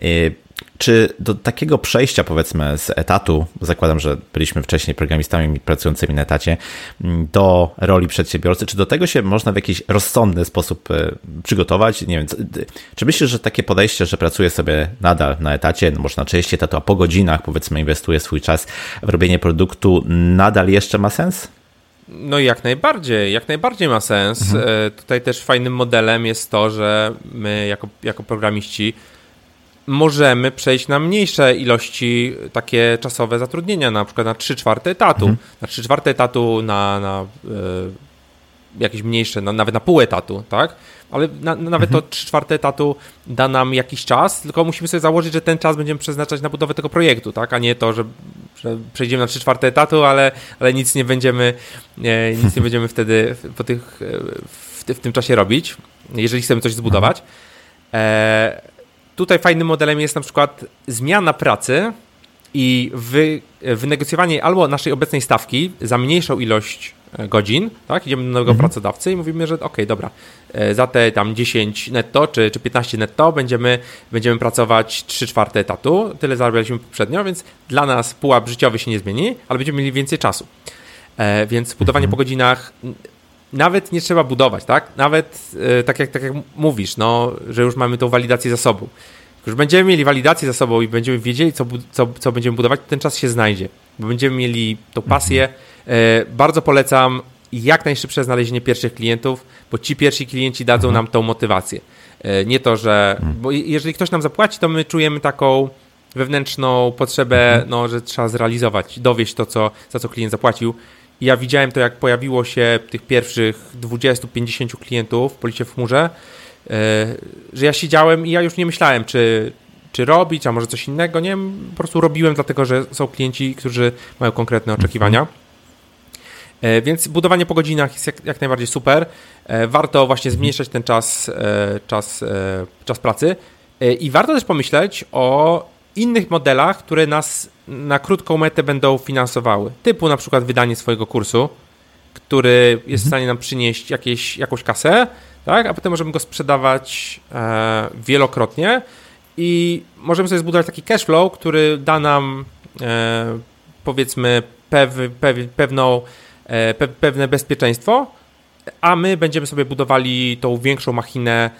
Czy do takiego przejścia, powiedzmy, z etatu, zakładam, że byliśmy wcześniej programistami pracującymi na etacie, do roli przedsiębiorcy, czy do tego się można w jakiś rozsądny sposób przygotować? Nie wiem, czy myślisz, że takie podejście, że pracuję sobie nadal na etacie, no może na części etatu, a po godzinach, powiedzmy, inwestuję swój czas w robienie produktu, nadal jeszcze ma sens? No jak najbardziej ma sens. Tutaj też fajnym modelem jest to, że my jako programiści możemy przejść na mniejsze ilości takie czasowe zatrudnienia, na przykład na 3/4 etatu. Na 3/4 etatu, na jakieś mniejsze, nawet na pół etatu, tak? Ale nawet to 3/4 etatu da nam jakiś czas, tylko musimy sobie założyć, że ten czas będziemy przeznaczać na budowę tego projektu, tak? A nie to, że przejdziemy na 3/4 etatu, ale nic nie będziemy wtedy w tym czasie robić, jeżeli chcemy coś zbudować. Tutaj fajnym modelem jest na przykład zmiana pracy i wynegocjowanie albo naszej obecnej stawki za mniejszą ilość godzin, tak? Idziemy do nowego pracodawcy i mówimy, że okej, dobra, za te tam 10 netto czy 15 netto będziemy pracować 3/4 etatu, tyle zarabialiśmy poprzednio, więc dla nas pułap życiowy się nie zmieni, ale będziemy mieli więcej czasu. Więc budowanie po godzinach nawet nie trzeba budować, tak? Nawet tak jak mówisz, no, że już mamy tą walidację za sobą. Jak już będziemy mieli walidację za sobą i będziemy wiedzieli, co będziemy budować, to ten czas się znajdzie, bo będziemy mieli tą pasję. Bardzo polecam jak najszybsze znalezienie pierwszych klientów, bo ci pierwsi klienci dadzą nam tą motywację. Nie to, że... Bo jeżeli ktoś nam zapłaci, to my czujemy taką wewnętrzną potrzebę, no, że trzeba zrealizować, dowieść to, za co klient zapłacił. I ja widziałem to, jak pojawiło się tych pierwszych 20-50 klientów w Policie w chmurze, że ja siedziałem i ja już nie myślałem, czy robić, a może coś innego. Nie, po prostu robiłem, dlatego że są klienci, którzy mają konkretne oczekiwania. Więc budowanie po godzinach jest jak najbardziej super. Warto właśnie zmniejszać ten czas pracy i warto też pomyśleć o innych modelach, które nas na krótką metę będą finansowały. Typu na przykład wydanie swojego kursu, który jest w stanie nam przynieść jakąś kasę, tak? A potem możemy go sprzedawać wielokrotnie i możemy sobie zbudować taki cash flow, który da nam powiedzmy pewne bezpieczeństwo, a my będziemy sobie budowali tą większą machinę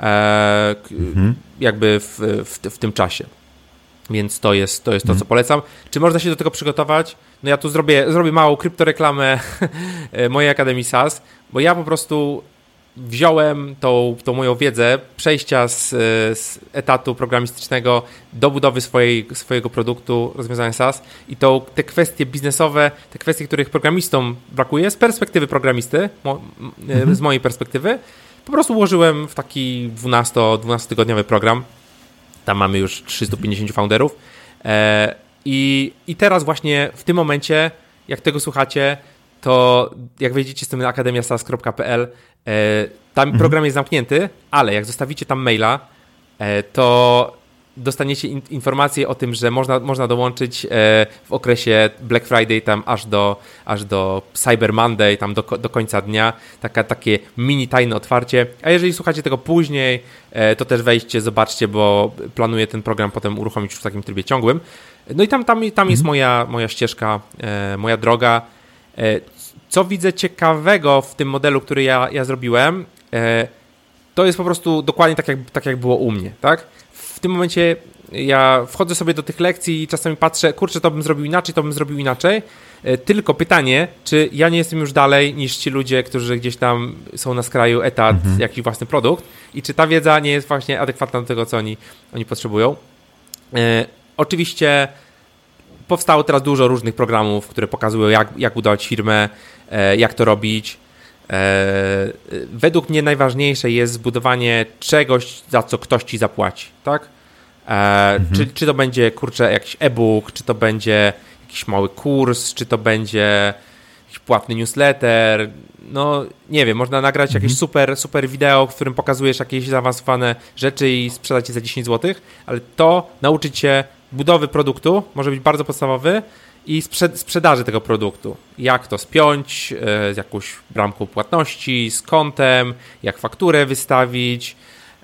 jakby w tym czasie. Więc to jest to, co polecam. Czy można się do tego przygotować? No ja tu zrobię małą kryptoreklamę mojej Akademii SaaS, bo ja po prostu wziąłem tą moją wiedzę przejścia z etatu programistycznego do budowy swojego produktu, rozwiązania SaaS i te kwestie biznesowe, te kwestie, których programistom brakuje, z perspektywy programisty, z mojej perspektywy, po prostu ułożyłem w taki 12-tygodniowy program. Tam mamy już 350 founderów i teraz właśnie w tym momencie, jak tego słuchacie, to jak wejdziecie z tym na akademiasas.pl, tam program jest zamknięty, ale jak zostawicie tam maila, to dostaniecie informację o tym, że można dołączyć w okresie Black Friday tam aż do Cyber Monday, tam do końca dnia, takie mini tajne otwarcie. A jeżeli słuchacie tego później, to też wejdźcie, zobaczcie, bo planuję ten program potem uruchomić już w takim trybie ciągłym. No i tam jest moja ścieżka, moja droga. Co widzę ciekawego w tym modelu, który ja zrobiłem, to jest po prostu dokładnie tak jak było u mnie, tak? W tym momencie ja wchodzę sobie do tych lekcji i czasami patrzę, kurczę, to bym zrobił inaczej, tylko pytanie, czy ja nie jestem już dalej niż ci ludzie, którzy gdzieś tam są na skraju etat, jakiś własny produkt i czy ta wiedza nie jest właśnie adekwatna do tego, co oni potrzebują. Oczywiście powstało teraz dużo różnych programów, które pokazują, jak budować firmę, jak to robić. Według mnie najważniejsze jest zbudowanie czegoś, za co ktoś ci zapłaci, tak? Czy to będzie, kurczę, jakiś e-book, czy to będzie jakiś mały kurs, czy to będzie jakiś płatny newsletter, no nie wiem, można nagrać jakieś super wideo, w którym pokazujesz jakieś zaawansowane rzeczy i sprzedać je za 10 zł, ale to nauczyć się budowy produktu może być bardzo podstawowy i sprzedaży tego produktu. Jak to spiąć z jakąś bramką płatności, z kontem, jak fakturę wystawić,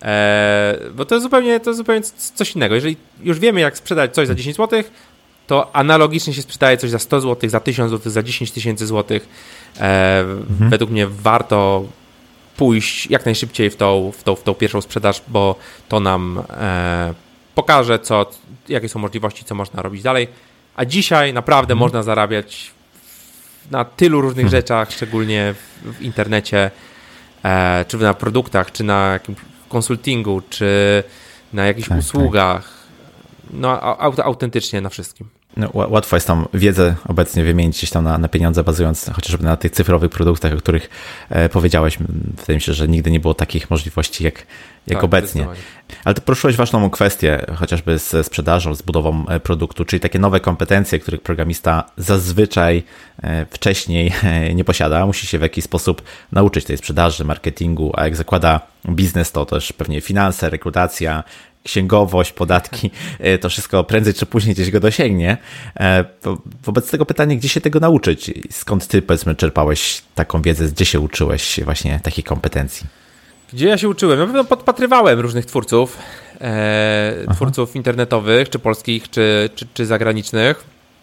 bo to jest zupełnie coś innego. Jeżeli już wiemy, jak sprzedać coś za 10 zł, to analogicznie się sprzedaje coś za 100 zł, za 1000 zł, za 10 000 zł. Według mnie warto pójść jak najszybciej w tą pierwszą sprzedaż, bo to nam pokaże, jakie są możliwości, co można robić dalej. A dzisiaj naprawdę można zarabiać na tylu różnych rzeczach, szczególnie w internecie, czy na produktach, czy na jakimś konsultingu, czy na jakichś usługach. No, autentycznie na wszystkim. No, łatwo jest tam wiedzę obecnie wymienić gdzieś tam na pieniądze, bazując chociażby na tych cyfrowych produktach, o których powiedziałeś. Wydaje mi się, że nigdy nie było takich możliwości jak obecnie. Ale ty poruszyłeś ważną kwestię, chociażby z sprzedażą, z budową produktu, czyli takie nowe kompetencje, których programista zazwyczaj wcześniej nie posiada. Musi się w jakiś sposób nauczyć tej sprzedaży, marketingu, a jak zakłada biznes, to też pewnie finanse, rekrutacja, księgowość, podatki, to wszystko prędzej czy później gdzieś go dosięgnie. Wobec tego pytanie, gdzie się tego nauczyć? Skąd ty, powiedzmy, czerpałeś taką wiedzę, gdzie się uczyłeś właśnie takich kompetencji? Gdzie ja się uczyłem? Na pewno podpatrywałem różnych twórców, twórców internetowych, czy polskich, czy zagranicznych.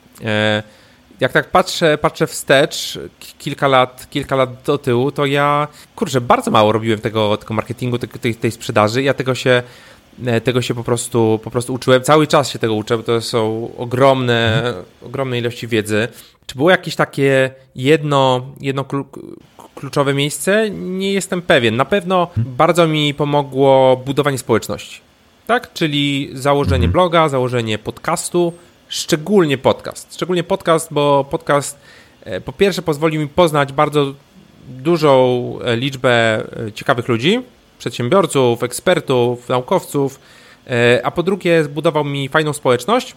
Jak tak patrzę wstecz, kilka lat do tyłu, to ja, bardzo mało robiłem tego marketingu, tej sprzedaży. Ja tego się po prostu uczyłem. Cały czas się tego uczę, bo to są ogromne ilości wiedzy. Czy było jakieś takie jedno kluczowe miejsce? Nie jestem pewien. Na pewno bardzo mi pomogło budowanie społeczności. Tak? Czyli założenie bloga, założenie podcastu, szczególnie podcast, bo podcast po pierwsze pozwoli mi poznać bardzo dużą liczbę ciekawych ludzi, przedsiębiorców, ekspertów, naukowców, a po drugie zbudował mi fajną społeczność,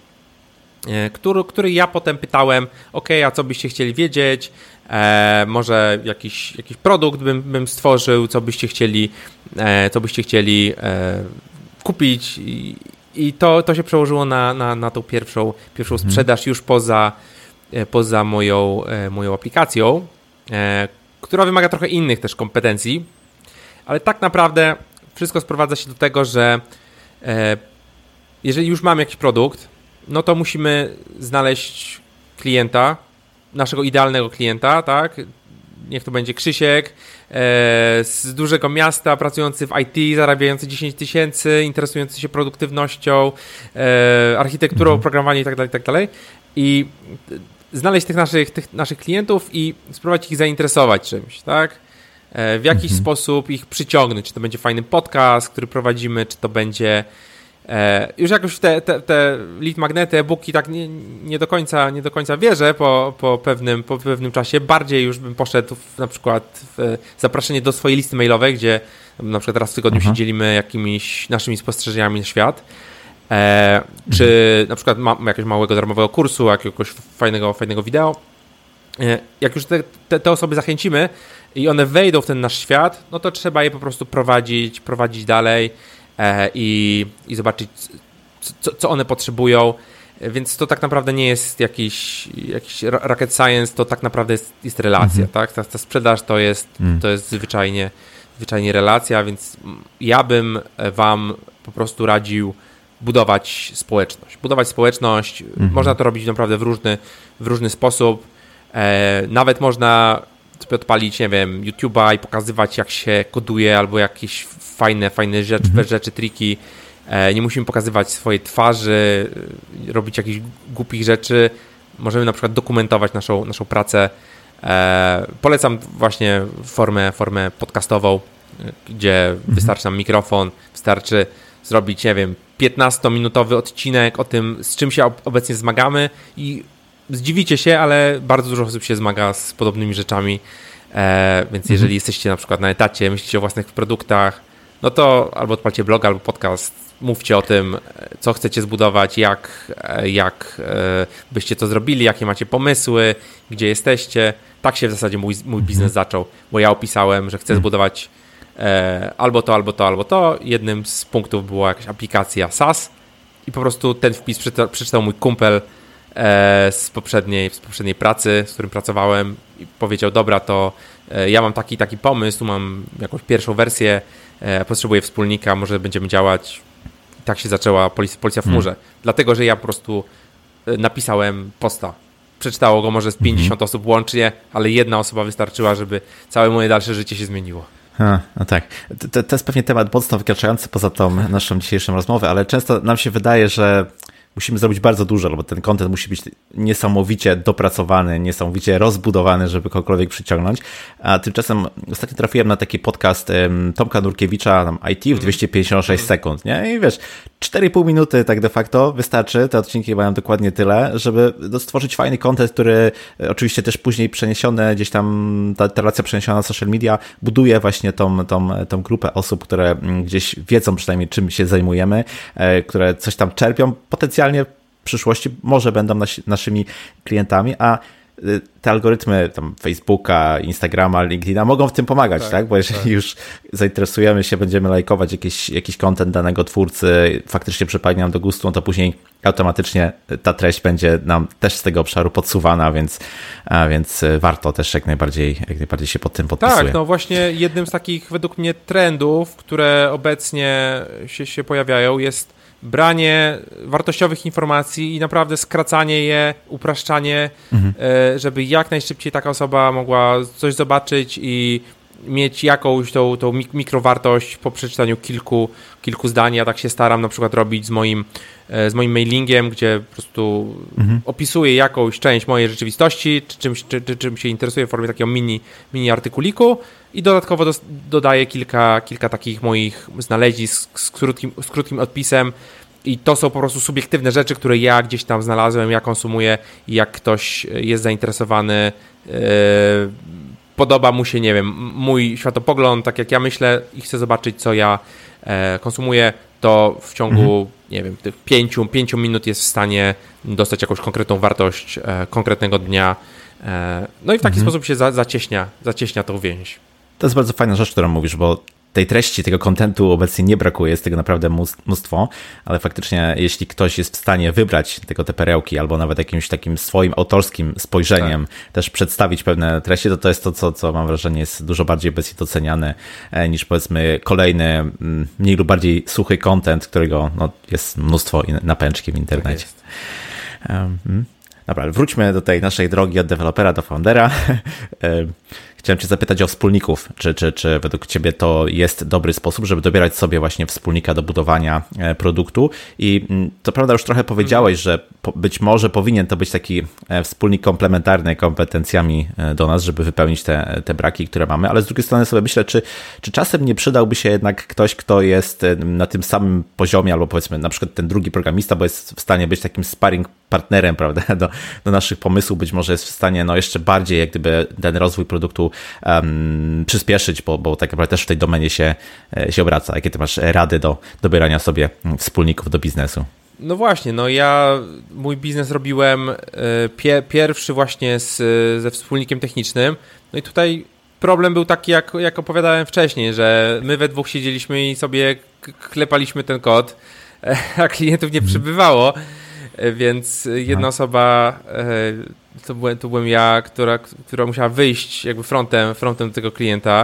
której ja potem pytałem, a co byście chcieli wiedzieć, może jakiś produkt bym stworzył, co byście chcieli kupić I to się przełożyło na tą pierwszą sprzedaż już poza moją aplikacją, która wymaga trochę innych też kompetencji, ale tak naprawdę wszystko sprowadza się do tego, że jeżeli już mamy jakiś produkt, no to musimy znaleźć klienta, naszego idealnego klienta, tak? Niech to będzie Krzysiek z dużego miasta, pracujący w IT, zarabiający 10 000, interesujący się produktywnością, architekturą, oprogramowaniem itd. I znaleźć tych naszych klientów i spróbować ich zainteresować czymś, tak? W jakiś sposób ich przyciągnąć, czy to będzie fajny podcast, który prowadzimy, czy to będzie już jakoś w te lead magnety, e-booki tak nie do końca wierzę po pewnym czasie. Bardziej już bym poszedł na przykład w zaproszenie do swojej listy mailowej, gdzie na przykład raz w tygodniu się dzielimy jakimiś naszymi spostrzeżeniami na świat. Czy na przykład jakiegoś małego darmowego kursu, jakiegoś fajnego wideo. Jak już te osoby zachęcimy i one wejdą w ten nasz świat, no to trzeba je po prostu prowadzić dalej i zobaczyć, co one potrzebują. Więc to tak naprawdę nie jest jakiś rocket science, to tak naprawdę jest relacja. Tak? Ta sprzedaż to jest zwyczajnie relacja, w ja bym wam po prostu radził budować społeczność. Można to robić naprawdę w różny sposób. Nawet można sobie odpalić, nie wiem, YouTube'a i pokazywać, jak się koduje, albo jakieś fajne rzeczy, triki. Nie musimy pokazywać swojej twarzy, robić jakichś głupich rzeczy. Możemy na przykład dokumentować naszą pracę. Polecam właśnie formę podcastową, gdzie wystarczy nam mikrofon, wystarczy zrobić, nie wiem, 15-minutowy odcinek o tym, z czym się obecnie zmagamy i zdziwicie się, ale bardzo dużo osób się zmaga z podobnymi rzeczami, więc jeżeli jesteście na przykład na etacie, myślicie o własnych produktach, no to albo odpalcie blog, albo podcast, mówcie o tym, co chcecie zbudować, jak byście to zrobili, jakie macie pomysły, gdzie jesteście. Tak się w zasadzie mój biznes zaczął, bo ja opisałem, że chcę zbudować albo to. Jednym z punktów była jakaś aplikacja SaaS i po prostu ten wpis przeczytał mój kumpel z poprzedniej pracy, z którym pracowałem i powiedział, dobra, to ja mam taki pomysł, mam jakąś pierwszą wersję, potrzebuję wspólnika, może będziemy działać. I tak się zaczęła Policja w chmurze. Dlatego, że ja po prostu napisałem posta. Przeczytało go może z 50 osób łącznie, ale jedna osoba wystarczyła, żeby całe moje dalsze życie się zmieniło. No tak. To jest pewnie temat mocno wykraczający poza tą naszą dzisiejszą rozmowę, ale często nam się wydaje, że musimy zrobić bardzo dużo, bo ten content musi być niesamowicie dopracowany, niesamowicie rozbudowany, żeby kogokolwiek przyciągnąć. A tymczasem ostatnio trafiłem na taki podcast Tomka Nurkiewicza, tam IT w 256 sekund, nie? I wiesz, 4,5 minuty tak de facto wystarczy, te odcinki mają dokładnie tyle, żeby stworzyć fajny content, który oczywiście też później przeniesiony, gdzieś tam ta relacja przeniesiona na social media buduje właśnie tą grupę osób, które gdzieś wiedzą przynajmniej czym się zajmujemy, które coś tam czerpią, potencjalnie w przyszłości może będą naszymi klientami, a te algorytmy tam Facebooka, Instagrama, LinkedIna mogą w tym pomagać, tak? Bo jeżeli już zainteresujemy się, będziemy lajkować jakiś content danego twórcy, faktycznie przypadnie nam do gustu, no to później automatycznie ta treść będzie nam też z tego obszaru podsuwana, więc warto też jak najbardziej się pod tym podpisuje. Tak, no właśnie jednym z takich według mnie trendów, które obecnie się pojawiają, jest branie wartościowych informacji i naprawdę skracanie je, upraszczanie, żeby jak najszybciej taka osoba mogła coś zobaczyć i mieć jakąś tą mikrowartość po przeczytaniu kilku zdań. Ja tak się staram na przykład robić z moim mailingiem, gdzie po prostu opisuję jakąś część mojej rzeczywistości, czy czym się interesuję w formie takiego mini artykuliku i dodatkowo dodaję kilka takich moich znalezisk z krótkim odpisem. I to są po prostu subiektywne rzeczy, które ja gdzieś tam znalazłem, ja konsumuję i jak ktoś jest zainteresowany, podoba mu się, nie wiem, mój światopogląd, tak jak ja myślę i chce zobaczyć, co ja konsumuję, to w ciągu, nie wiem, tych 5 minut jest w stanie dostać jakąś konkretną wartość konkretnego dnia. No i w taki sposób się zacieśnia tą więź. To jest bardzo fajna rzecz, którą mówisz, bo tej treści, tego kontentu obecnie nie brakuje, jest tego naprawdę mnóstwo, ale faktycznie jeśli ktoś jest w stanie wybrać te perełki albo nawet jakimś takim swoim autorskim spojrzeniem też przedstawić pewne treści, to jest to, co mam wrażenie jest dużo bardziej obecnie doceniane niż powiedzmy kolejny, mniej lub bardziej suchy content, którego jest mnóstwo na pęczki w internecie. Dobra, wróćmy do tej naszej drogi od dewelopera do foundera. Chciałem cię zapytać o wspólników. Czy według ciebie to jest dobry sposób, żeby dobierać sobie właśnie wspólnika do budowania produktu? I co prawda już trochę powiedziałeś, że być może powinien to być taki wspólnik komplementarny kompetencjami do nas, żeby wypełnić te braki, które mamy, ale z drugiej strony sobie myślę, czy czasem nie przydałby się jednak ktoś, kto jest na tym samym poziomie, albo powiedzmy na przykład ten drugi programista, bo jest w stanie być takim sparring partnerem, prawda, do naszych pomysłów, być może jest w stanie jeszcze bardziej jak gdyby ten rozwój produktu przyspieszyć, bo tak naprawdę też w tej domenie się obraca. Jakie ty masz rady do dobierania sobie wspólników do biznesu? No właśnie, ja mój biznes robiłem pierwszy właśnie ze wspólnikiem technicznym, no i tutaj problem był taki, jak opowiadałem wcześniej, że my we dwóch siedzieliśmy i sobie klepaliśmy ten kod, a klientów nie przybywało, więc jedna osoba, to byłem ja, która musiała wyjść jakby frontem do tego klienta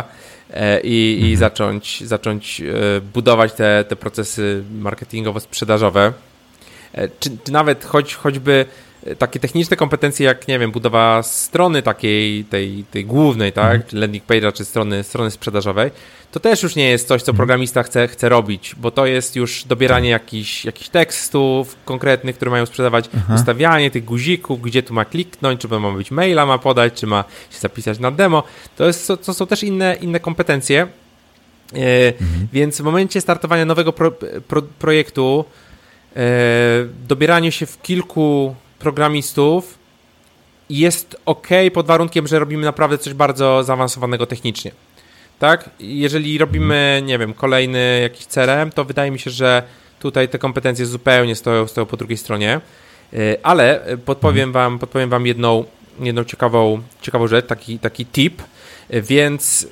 i zacząć budować te procesy marketingowo-sprzedażowe. Czy nawet choćby takie techniczne kompetencje jak, nie wiem, budowa strony takiej, tej głównej, tak, czy landing page'a, czy strony sprzedażowej, to też już nie jest coś, co programista chce robić, bo to jest już dobieranie jakichś tekstów konkretnych, które mają sprzedawać, ustawianie tych guzików, gdzie tu ma kliknąć, czy ma być maila ma podać, czy ma się zapisać na demo. To są też inne kompetencje, więc w momencie startowania nowego projektu dobieranie się w kilku programistów jest ok pod warunkiem, że robimy naprawdę coś bardzo zaawansowanego technicznie. Tak? Jeżeli robimy, nie wiem, kolejny jakiś CRM, to wydaje mi się, że tutaj te kompetencje zupełnie stoją po drugiej stronie, ale podpowiem wam jedną ciekawą rzecz, taki tip, więc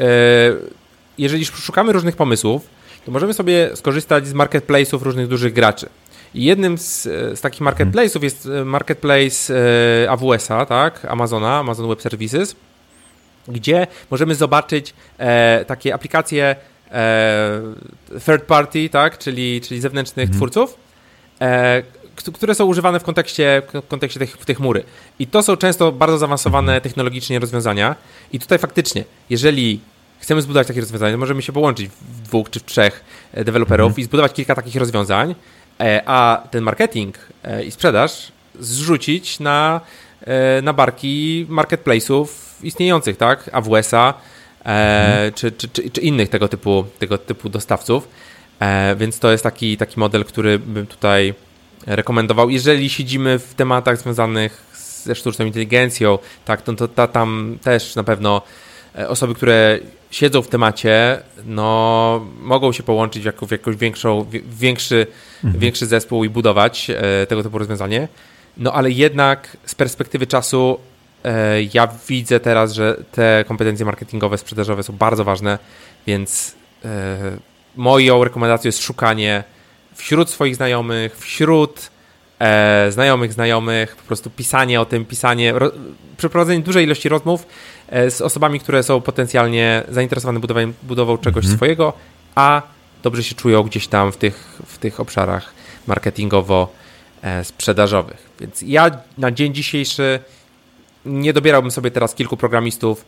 jeżeli szukamy różnych pomysłów, to możemy sobie skorzystać z marketplace'ów różnych dużych graczy. I jednym z takich marketplace'ów jest marketplace AWS-a, tak? Amazon Web Services, gdzie możemy zobaczyć takie aplikacje third party, tak? czyli zewnętrznych twórców, które są używane w kontekście tej chmury. I to są często bardzo zaawansowane technologicznie rozwiązania. I tutaj faktycznie, jeżeli chcemy zbudować takie rozwiązanie, to możemy się połączyć w 2 czy w 3 deweloperów i zbudować kilka takich rozwiązań, a ten marketing i sprzedaż zrzucić na barki marketplace'ów istniejących, tak? AWS-a czy innych tego typu dostawców. Więc to jest taki model, który bym tutaj rekomendował. Jeżeli siedzimy w tematach związanych ze sztuczną inteligencją, tak, to tam też na pewno osoby, które siedzą w temacie, mogą się połączyć w jakąś większy zespół i budować tego typu rozwiązanie. Ale jednak z perspektywy czasu ja widzę teraz, że te kompetencje marketingowe, sprzedażowe są bardzo ważne, więc moją rekomendacją jest szukanie wśród swoich znajomych, wśród znajomych, po prostu pisanie o tym, przeprowadzenie dużej ilości rozmów z osobami, które są potencjalnie zainteresowane budową czegoś swojego, a dobrze się czują gdzieś tam w tych obszarach marketingowo-sprzedażowych. Więc ja na dzień dzisiejszy nie dobierałbym sobie teraz kilku programistów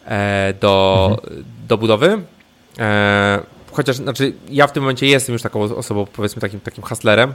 do budowy, chociaż ja w tym momencie jestem już taką osobą, powiedzmy takim hustlerem,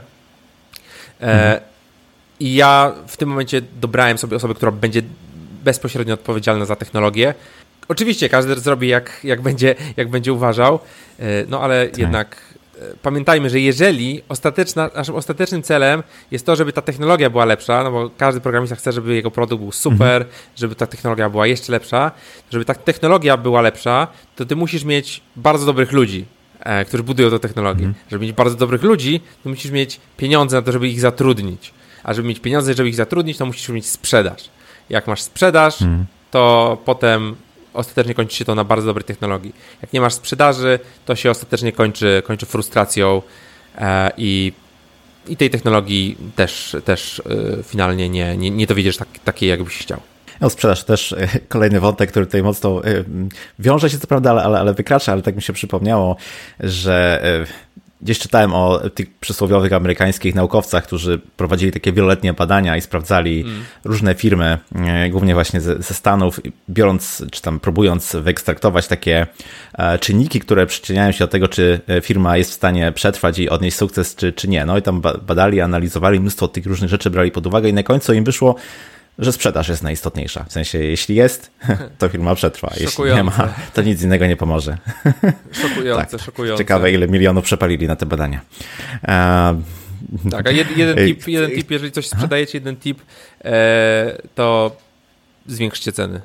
i ja w tym momencie dobrałem sobie osobę, która będzie bezpośrednio odpowiedzialna za technologię. Oczywiście każdy zrobi jak będzie uważał, ale jednak pamiętajmy, że jeżeli naszym ostatecznym celem jest to, żeby ta technologia była lepsza, bo każdy programista chce, żeby jego produkt był super, żeby ta technologia była jeszcze lepsza, żeby ta technologia była lepsza, to ty musisz mieć bardzo dobrych ludzi, którzy budują tę technologię. Żeby mieć bardzo dobrych ludzi, to musisz mieć pieniądze na to, żeby ich zatrudnić. A żeby mieć pieniądze, żeby ich zatrudnić, to musisz mieć sprzedaż. Jak masz sprzedaż, to potem ostatecznie kończy się to na bardzo dobrej technologii. Jak nie masz sprzedaży, to się ostatecznie kończy frustracją i tej technologii też finalnie nie dowiedziesz takiej, jakbyś chciał. No, sprzedaż też kolejny wątek, który tutaj mocno wiąże się co prawda, ale wykracza, ale tak mi się przypomniało, że gdzieś czytałem o tych przysłowiowych amerykańskich naukowcach, którzy prowadzili takie wieloletnie badania i sprawdzali różne firmy, głównie właśnie ze Stanów, biorąc czy tam próbując wyekstraktować takie czynniki, które przyczyniają się do tego, czy firma jest w stanie przetrwać i odnieść sukces, czy nie. No i tam badali, analizowali, mnóstwo tych różnych rzeczy brali pod uwagę i na końcu im wyszło, że sprzedaż jest najistotniejsza. W sensie, jeśli jest, to firma przetrwa. Jeśli nie ma, to nic innego nie pomoże. Szokujące, tak. Szokujące. Ciekawe, ile milionów przepalili na te badania. Tak, a jeden tip, jeżeli coś sprzedajecie, jeden tip, to zwiększcie ceny.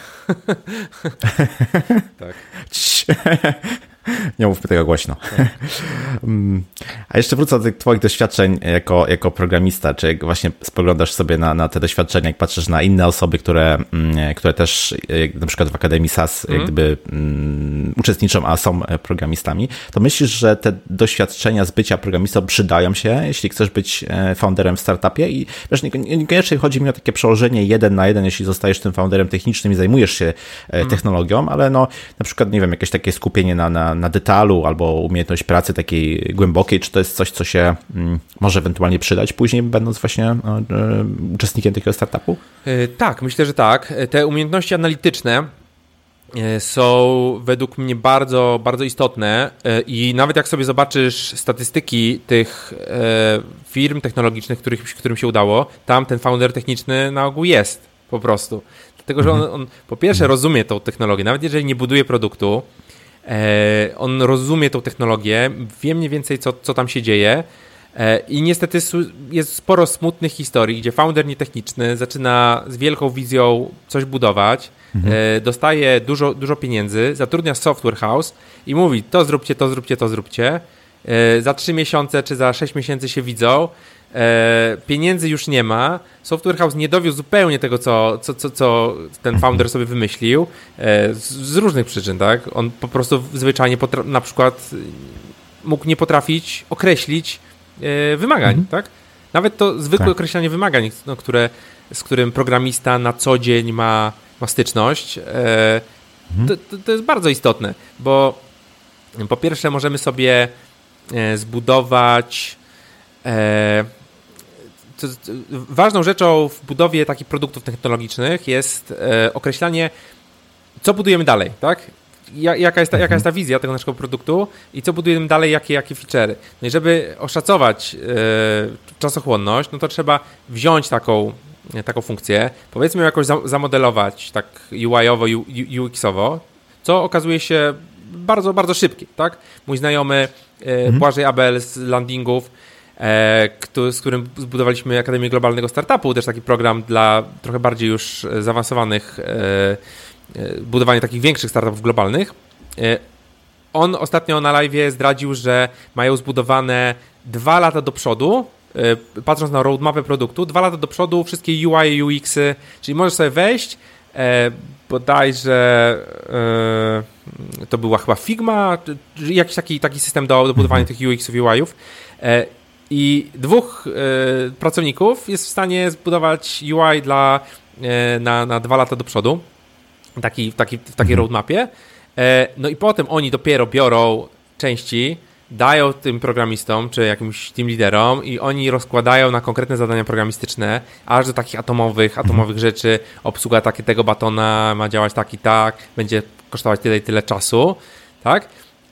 Tak. Nie mówmy tego głośno. A jeszcze wrócę do tych twoich doświadczeń jako programista. Czy jak właśnie spoglądasz sobie na te doświadczenia, jak patrzysz na inne osoby, które też na przykład w Akademii SAS jak gdyby uczestniczą, a są programistami, to myślisz, że te doświadczenia z bycia programistą przydają się, jeśli chcesz być founderem w startupie? I wiesz, niekoniecznie chodzi mi o takie przełożenie 1 na 1, jeśli zostajesz tym founderem technicznym i zajmujesz się technologią, ale no na przykład, nie wiem, jakieś takie skupienie na detalu albo umiejętność pracy takiej głębokiej, czy to jest coś, co się może ewentualnie przydać później, będąc właśnie uczestnikiem takiego startupu? Tak, myślę, że tak. Te umiejętności analityczne są według mnie bardzo, bardzo istotne i nawet jak sobie zobaczysz statystyki tych firm technologicznych, którym się udało, tam ten founder techniczny na ogół jest po prostu. Dlatego, że on po pierwsze rozumie tą technologię, nawet jeżeli nie buduje produktu, on rozumie tą technologię, wie mniej więcej co tam się dzieje i niestety jest sporo smutnych historii, gdzie founder nietechniczny zaczyna z wielką wizją coś budować, dostaje dużo pieniędzy, zatrudnia software house i mówi to zróbcie, to zróbcie, to zróbcie. Za 3 miesiące czy za 6 miesięcy się widzą, pieniędzy już nie ma, software house nie dowiózł zupełnie tego, co ten founder sobie wymyślił, z różnych przyczyn, tak? On po prostu zwyczajnie na przykład mógł nie potrafić określić wymagań, tak? Nawet to zwykłe określanie wymagań, no, z którym programista na co dzień ma styczność, to jest bardzo istotne, bo po pierwsze możemy sobie zbudować ważną rzeczą w budowie takich produktów technologicznych jest określanie, co budujemy dalej, tak? Jaka jest ta wizja tego naszego produktu i co budujemy dalej, jakie feature'y. No i żeby oszacować czasochłonność, no to trzeba wziąć taką funkcję, powiedzmy ją jakoś zamodelować tak UI-owo, UX-owo, co okazuje się bardzo, bardzo szybkie, tak? Mój znajomy Błażej Abel z Landingów, z którym zbudowaliśmy Akademię Globalnego Startupu, też taki program dla trochę bardziej już zaawansowanych, budowanie takich większych startupów globalnych. On ostatnio na live'ie zdradził, że mają zbudowane 2 lata do przodu, patrząc na roadmapę produktu, 2 lata do przodu wszystkie UI i UX-y, czyli możesz sobie wejść, bodajże to była chyba Figma, jakiś taki system do budowania tych UX-ów i UI-ów, i 2 pracowników jest w stanie zbudować UI na 2 lata do przodu w takiej roadmapie. No i potem oni dopiero biorą części, dają tym programistom czy jakimś team liderom i oni rozkładają na konkretne zadania programistyczne, aż do takich atomowych rzeczy. Obsługa tego batona ma działać tak i tak, będzie kosztować tyle i tyle czasu, tak?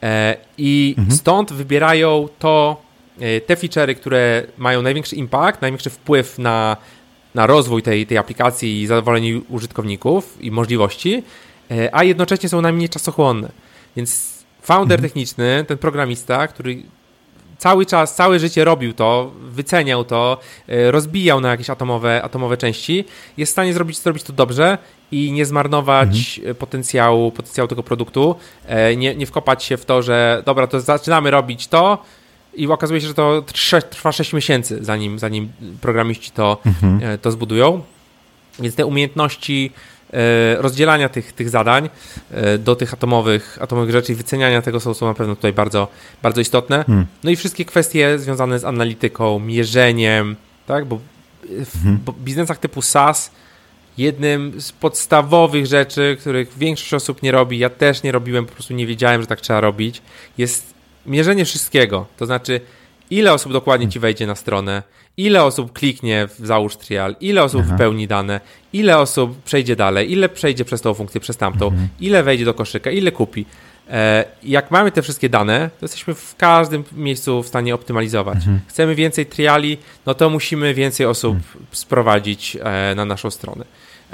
I stąd wybierają te feature'y, które mają największy impact, największy wpływ na rozwój tej aplikacji i zadowolenie użytkowników i możliwości, a jednocześnie są najmniej czasochłonne. Więc founder techniczny, ten programista, który całe życie robił to, wyceniał to, rozbijał na jakieś atomowe części, jest w stanie zrobić to dobrze i nie zmarnować potencjału tego produktu, nie wkopać się w to, że dobra, to zaczynamy robić to i okazuje się, że to trwa 6 miesięcy, zanim programiści to zbudują. Więc te umiejętności rozdzielania tych zadań do tych atomowych rzeczy i wyceniania tego są na pewno tutaj bardzo, bardzo istotne. No i wszystkie kwestie związane z analityką, mierzeniem, tak? Bo w biznesach typu SaaS jednym z podstawowych rzeczy, których większość osób nie robi, ja też nie robiłem, po prostu nie wiedziałem, że tak trzeba robić, jest mierzenie wszystkiego. To znaczy, ile osób dokładnie ci wejdzie na stronę, ile osób kliknie w załóż trial, ile osób wypełni dane, ile osób przejdzie dalej, ile przejdzie przez tą funkcję, przez tamtą, ile wejdzie do koszyka, ile kupi. Jak mamy te wszystkie dane, to jesteśmy w każdym miejscu w stanie optymalizować. Chcemy więcej triali, no to musimy więcej osób sprowadzić na naszą stronę.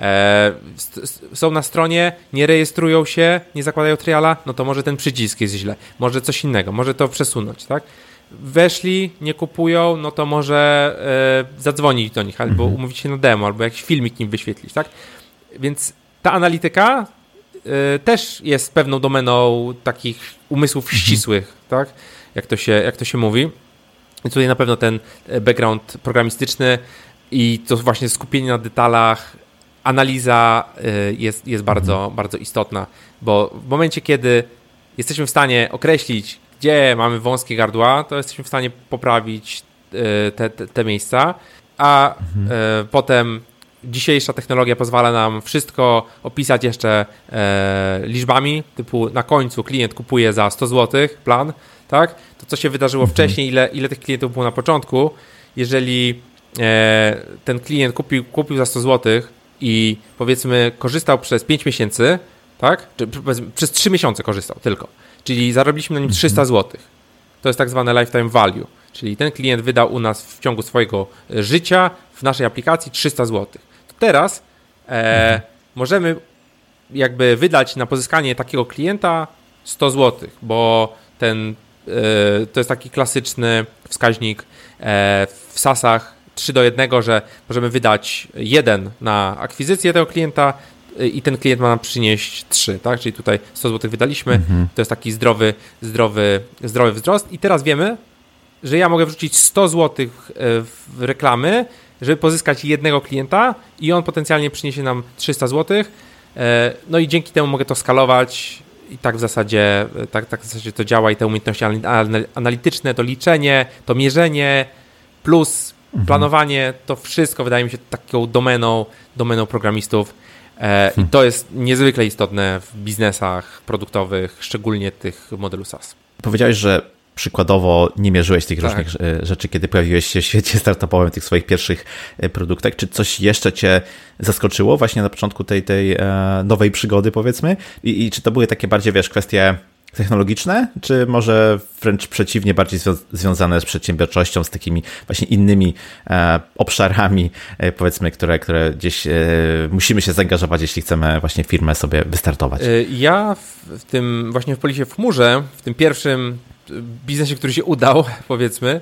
Są na stronie, nie rejestrują się, nie zakładają triala, no to może ten przycisk jest źle, może coś innego, może to przesunąć, tak? Weszli, nie kupują, no to może zadzwonić do nich, albo umówić się na demo, albo jakiś filmik im wyświetlić, tak? Więc ta analityka też jest pewną domeną takich umysłów ścisłych, tak? Jak to się mówi. I tutaj na pewno ten background programistyczny i to właśnie skupienie na detalach, analiza jest bardzo, bardzo istotna, bo w momencie, kiedy jesteśmy w stanie określić, gdzie mamy wąskie gardła, to jesteśmy w stanie poprawić te miejsca, a potem dzisiejsza technologia pozwala nam wszystko opisać jeszcze liczbami, typu na końcu klient kupuje za 100 zł plan, tak? To co się wydarzyło wcześniej, ile tych klientów było na początku, jeżeli ten klient kupił za 100 zł i powiedzmy korzystał przez 5 miesięcy, tak? Czy przez 3 miesiące korzystał tylko, czyli zarobiliśmy na nim 300 zł. To jest tak zwane lifetime value, czyli ten klient wydał u nas w ciągu swojego życia w naszej aplikacji 300 zł. To teraz możemy jakby wydać na pozyskanie takiego klienta 100 zł, bo to jest taki klasyczny wskaźnik w SaaS-ach 3:1, że możemy wydać 1 na akwizycję tego klienta i ten klient ma nam przynieść 3, tak? Czyli tutaj 100 zł wydaliśmy, to jest taki zdrowy wzrost i teraz wiemy, że ja mogę wrzucić 100 zł w reklamy, żeby pozyskać jednego klienta i on potencjalnie przyniesie nam 300 zł, no i dzięki temu mogę to skalować i tak w zasadzie to działa i te umiejętności analityczne, to liczenie, to mierzenie plus planowanie, to wszystko wydaje mi się taką domeną programistów i to jest niezwykle istotne w biznesach produktowych, szczególnie tych modelu SaaS. Powiedziałeś, że przykładowo nie mierzyłeś tych różnych rzeczy, kiedy pojawiłeś się w świecie startupowym, tych swoich pierwszych produktach. Czy coś jeszcze cię zaskoczyło właśnie na początku tej nowej przygody, powiedzmy? I czy to były takie bardziej, kwestie technologiczne, czy może wręcz przeciwnie, bardziej związane z przedsiębiorczością, z takimi właśnie innymi obszarami, powiedzmy, które gdzieś musimy się zaangażować, jeśli chcemy właśnie firmę sobie wystartować? Ja w tym właśnie w Polisie w chmurze, w tym pierwszym biznesie, który się udał, powiedzmy,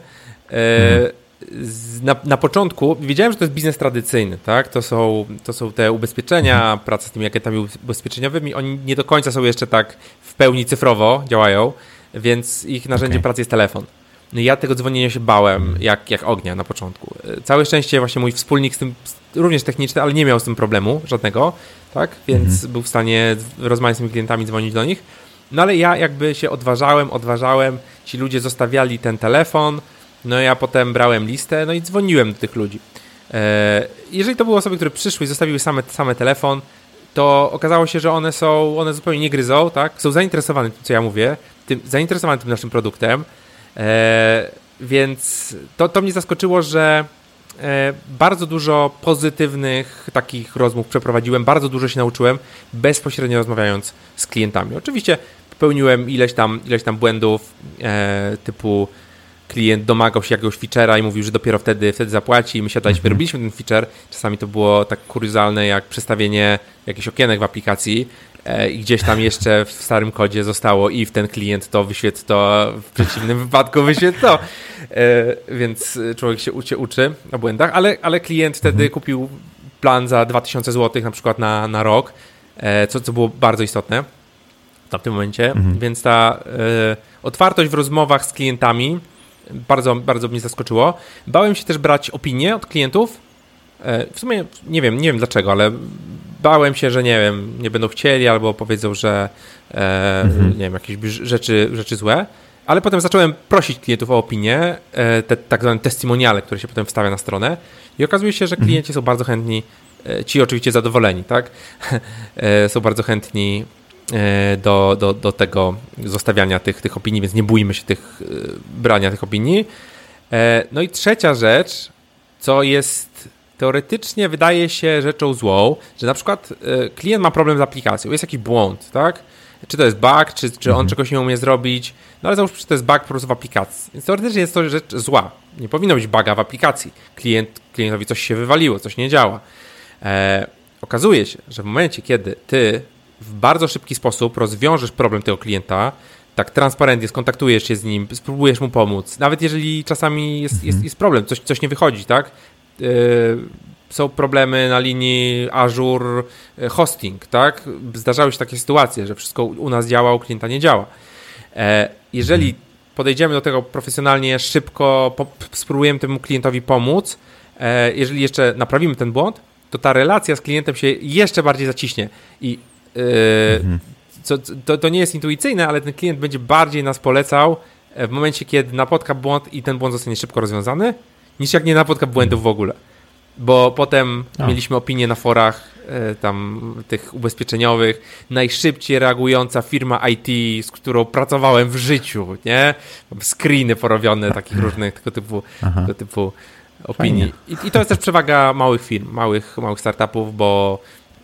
na początku wiedziałem, że to jest biznes tradycyjny, tak? To są te ubezpieczenia, praca z tymi agentami ubezpieczeniowymi, oni nie do końca są jeszcze tak w pełni cyfrowo działają, więc ich narzędziem pracy jest telefon. No i ja tego dzwonienia się bałem jak ognia na początku. Całe szczęście właśnie mój wspólnik z tym, również techniczny, ale nie miał z tym problemu żadnego, tak? Więc był w stanie rozmawiać z tymi klientami, dzwonić do nich. No ale ja jakby się odważałem, ci ludzie zostawiali ten telefon, no ja potem brałem listę, no i dzwoniłem do tych ludzi. Jeżeli to były osoby, które przyszły i zostawiły same telefon, to okazało się, że one zupełnie nie gryzą, tak? Są zainteresowane tym, co ja mówię, zainteresowane tym naszym produktem, więc to mnie zaskoczyło, że bardzo dużo pozytywnych takich rozmów przeprowadziłem, bardzo dużo się nauczyłem, bezpośrednio rozmawiając z klientami. Oczywiście popełniłem ileś tam błędów, typu klient domagał się jakiegoś feature'a i mówił, że dopiero wtedy zapłaci i my siadaliśmy, robiliśmy ten feature. Czasami to było tak kuriozalne jak przestawienie jakichś okienek w aplikacji i gdzieś tam jeszcze w starym kodzie zostało if ten klient to wyświetl to, w przeciwnym wypadku wyświetl to. Więc człowiek się uczy na błędach, ale klient wtedy kupił plan za 2000 zł na przykład na rok, co było bardzo istotne w tamtym momencie, więc ta otwartość w rozmowach z klientami bardzo, bardzo mnie zaskoczyło. Bałem się też brać opinie od klientów. W sumie nie wiem dlaczego, ale bałem się, że nie wiem, nie będą chcieli albo powiedzą, że nie wiem, jakieś rzeczy złe, ale potem zacząłem prosić klientów o opinię, te tak zwane testimoniale, które się potem wstawia na stronę i okazuje się, że klienci są bardzo chętni, ci oczywiście zadowoleni, tak? Są bardzo chętni do tego zostawiania tych opinii, więc nie bójmy się brania tych opinii. No i trzecia rzecz, co jest teoretycznie wydaje się rzeczą złą, że na przykład klient ma problem z aplikacją, jest jakiś błąd, tak? Czy to jest bug, czy on czegoś nie umie zrobić, no ale załóżmy, że to jest bug po prostu w aplikacji. Więc teoretycznie jest to rzecz zła. Nie powinno być buga w aplikacji. Klientowi coś się wywaliło, coś nie działa. Okazuje się, że w momencie, kiedy ty w bardzo szybki sposób rozwiążesz problem tego klienta, tak transparentnie skontaktujesz się z nim, spróbujesz mu pomóc, nawet jeżeli czasami jest problem, coś nie wychodzi, tak? Są problemy na linii Azure hosting, tak? Zdarzały się takie sytuacje, że wszystko u nas działa, u klienta nie działa. Jeżeli podejdziemy do tego profesjonalnie, szybko, spróbujemy temu klientowi pomóc, jeżeli jeszcze naprawimy ten błąd, to ta relacja z klientem się jeszcze bardziej zaciśnie i to nie jest intuicyjne, ale ten klient będzie bardziej nas polecał w momencie, kiedy napotka błąd i ten błąd zostanie szybko rozwiązany, niż jak nie napotka błędów w ogóle. Bo potem mieliśmy opinię na forach tam tych ubezpieczeniowych, najszybciej reagująca firma IT, z którą pracowałem w życiu, nie? Mam screeny porobione takich różnych tego typu opinii. I to jest też przewaga małych firm, małych startupów, bo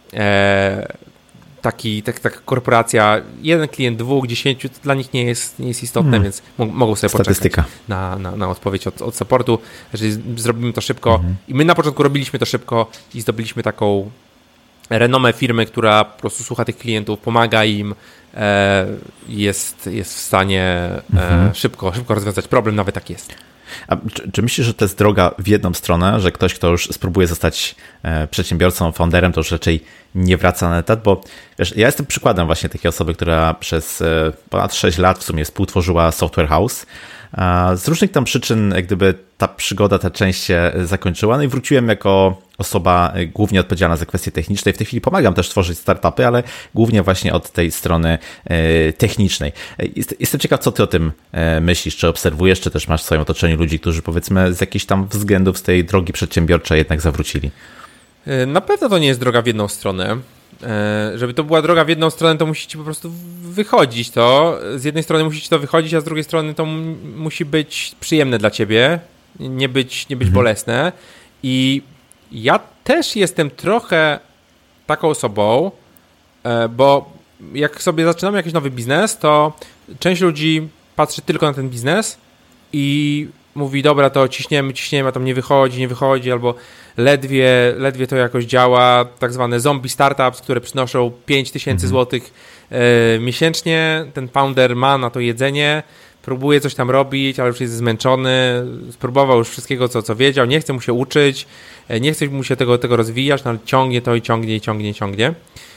taka korporacja, 1 klient, 2, 10, to dla nich nie jest istotne, więc mogą sobie poczekać na odpowiedź od supportu, jeżeli zrobimy to szybko. I my na początku robiliśmy to szybko i zdobyliśmy taką renomę firmy, która po prostu słucha tych klientów, pomaga im, jest w stanie szybko rozwiązać problem, nawet tak jest. A czy myślisz, że to jest droga w jedną stronę, że ktoś, kto już spróbuje zostać przedsiębiorcą, founderem, to już raczej nie wraca na etat? Bo wiesz, ja jestem przykładem właśnie takiej osoby, która przez ponad 6 lat w sumie współtworzyła Software House. Z różnych tam przyczyn jak gdyby ta przygoda, ta część się zakończyła, no i wróciłem jako osoba głównie odpowiedzialna za kwestie techniczne. W tej chwili pomagam też tworzyć startupy, ale głównie właśnie od tej strony technicznej. Jestem ciekaw, co ty o tym myślisz, czy obserwujesz, czy też masz w swoim otoczeniu ludzi, którzy powiedzmy z jakichś tam względów z tej drogi przedsiębiorczej jednak zawrócili. Na pewno to nie jest droga w jedną stronę. Żeby to była droga w jedną stronę, to musi ci po prostu wychodzić to. Z jednej strony musi ci to wychodzić, a z drugiej strony to musi być przyjemne dla ciebie, nie być bolesne. I ja też jestem trochę taką osobą, bo jak sobie zaczynamy jakiś nowy biznes, to część ludzi patrzy tylko na ten biznes i mówi, dobra, to ciśniemy, a tam nie wychodzi, albo ledwie to jakoś działa, tak zwane zombie startups, które przynoszą 5000 złotych miesięcznie, ten founder ma na to jedzenie, próbuje coś tam robić, ale już jest zmęczony, spróbował już wszystkiego, co wiedział, nie chce mu się uczyć, nie chce mu się tego rozwijać, no ale ciągnie to i ciągnie.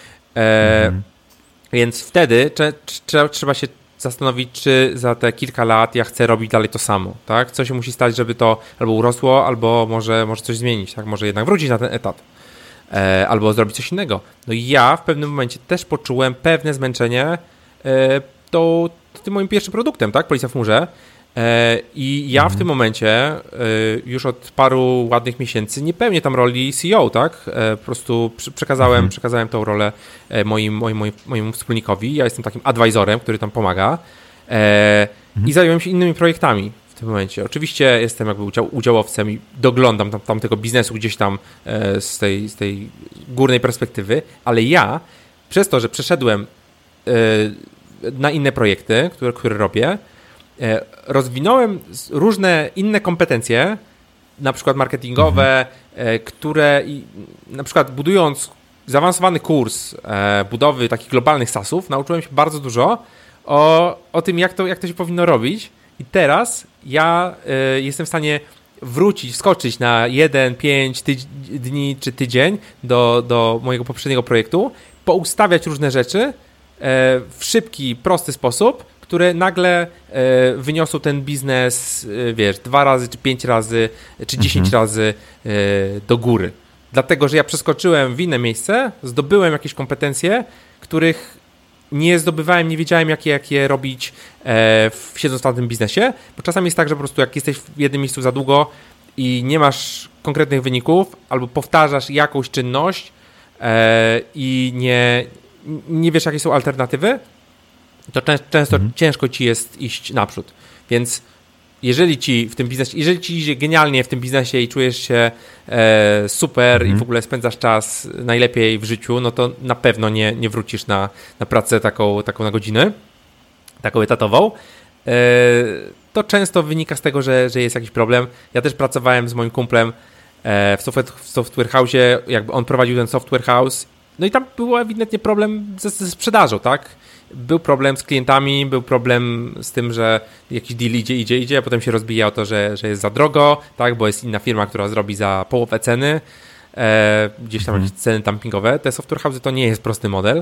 Więc wtedy trzeba się zastanowić, czy za te kilka lat ja chcę robić dalej to samo, tak? Co się musi stać, żeby to albo urosło, albo może coś zmienić, tak? Może jednak wrócić na ten etat, albo zrobić coś innego. No i ja w pewnym momencie też poczułem pewne zmęczenie tym moim pierwszym produktem, tak? Policja w chmurze. I ja w tym momencie już od paru ładnych miesięcy nie pełnię tam roli CEO, tak? Po prostu przekazałem tą rolę mojemu wspólnikowi. Ja jestem takim advisorem, który tam pomaga i zająłem się innymi projektami w tym momencie. Oczywiście jestem jakby udziałowcem i doglądam tam tego biznesu gdzieś tam z tej górnej perspektywy, ale ja przez to, że przeszedłem na inne projekty, które robię, rozwinąłem różne inne kompetencje, na przykład marketingowe, które na przykład budując zaawansowany kurs budowy takich globalnych SaaS-ów, nauczyłem się bardzo dużo o tym, jak to się powinno robić i teraz ja jestem w stanie wskoczyć na 1-5 dni czy tydzień do mojego poprzedniego projektu, poustawiać różne rzeczy w szybki, prosty sposób, które nagle wyniosą ten biznes, 2 razy, czy 5 razy, czy 10 razy do góry. dlatego że ja przeskoczyłem w inne miejsce, zdobyłem jakieś kompetencje, których nie zdobywałem, nie wiedziałem, jak je robić siedząc w tamtym biznesie, bo czasami jest tak, że po prostu jak jesteś w jednym miejscu za długo i nie masz konkretnych wyników, albo powtarzasz jakąś czynność i nie wiesz, jakie są alternatywy, to często ciężko ci jest iść naprzód. Więc jeżeli ci idzie genialnie w tym biznesie i czujesz się super i w ogóle spędzasz czas najlepiej w życiu, no to na pewno nie wrócisz na pracę taką na godziny, taką etatową. To często wynika z tego, że jest jakiś problem. Ja też pracowałem z moim kumplem w software house'ie, jakby on prowadził ten software house, no i tam był ewidentnie problem ze sprzedażą, tak? Był problem z klientami, był problem z tym, że jakiś deal idzie, a potem się rozbija o to, że jest za drogo, tak? Bo jest inna firma, która zrobi za połowę ceny, gdzieś tam jakieś ceny dumpingowe. Te software house'y to nie jest prosty model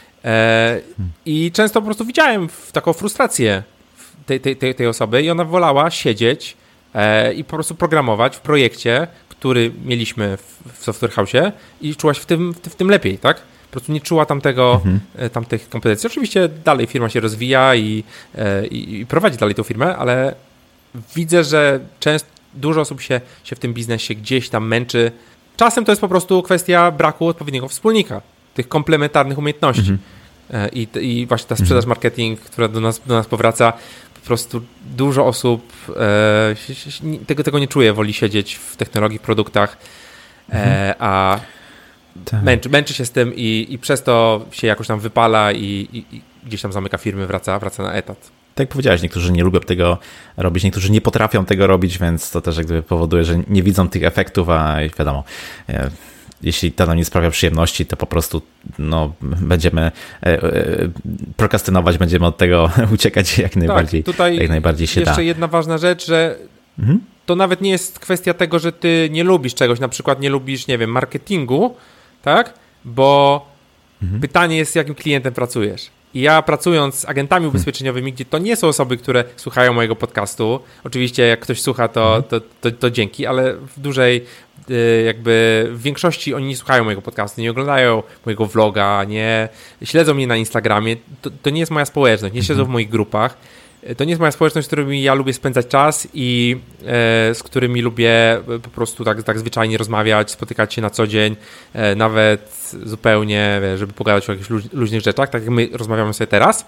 i często po prostu widziałem taką frustrację tej osoby i ona wolała siedzieć i po prostu programować w projekcie, który mieliśmy w software house'ie i czuła się w tym lepiej, tak? Po prostu nie czuła tamtych kompetencji. Oczywiście dalej firma się rozwija i prowadzi dalej tą firmę, ale widzę, że dużo osób się w tym biznesie gdzieś tam męczy. Czasem to jest po prostu kwestia braku odpowiedniego wspólnika, tych komplementarnych umiejętności. I właśnie ta sprzedaż, marketing, która do nas powraca, po prostu dużo osób tego nie czuje, woli siedzieć w technologii, produktach, a męczy się z tym i przez to się jakoś tam wypala i gdzieś tam zamyka firmy, wraca na etat. Tak jak powiedziałeś, niektórzy nie lubią tego robić, niektórzy nie potrafią tego robić, więc to też jak gdyby powoduje, że nie widzą tych efektów, a wiadomo, jeśli to nam nie sprawia przyjemności, to po prostu będziemy prokrastynować, będziemy od tego uciekać jak najbardziej się da. Jeszcze jedna ważna rzecz, że to nawet nie jest kwestia tego, że ty nie lubisz czegoś, na przykład nie lubisz, nie wiem, marketingu, tak? Bo pytanie jest, z jakim klientem pracujesz. I ja pracując z agentami ubezpieczeniowymi, gdzie to nie są osoby, które słuchają mojego podcastu, oczywiście jak ktoś słucha, to dzięki, ale w większości oni nie słuchają mojego podcastu, nie oglądają mojego vloga, nie śledzą mnie na Instagramie, to nie jest moja społeczność, nie siedzą w moich grupach. To nie jest moja społeczność, z którymi ja lubię spędzać czas i z którymi lubię po prostu tak zwyczajnie rozmawiać, spotykać się na co dzień, nawet zupełnie, żeby pogadać o jakichś luźnych rzeczach, tak jak my rozmawiamy sobie teraz.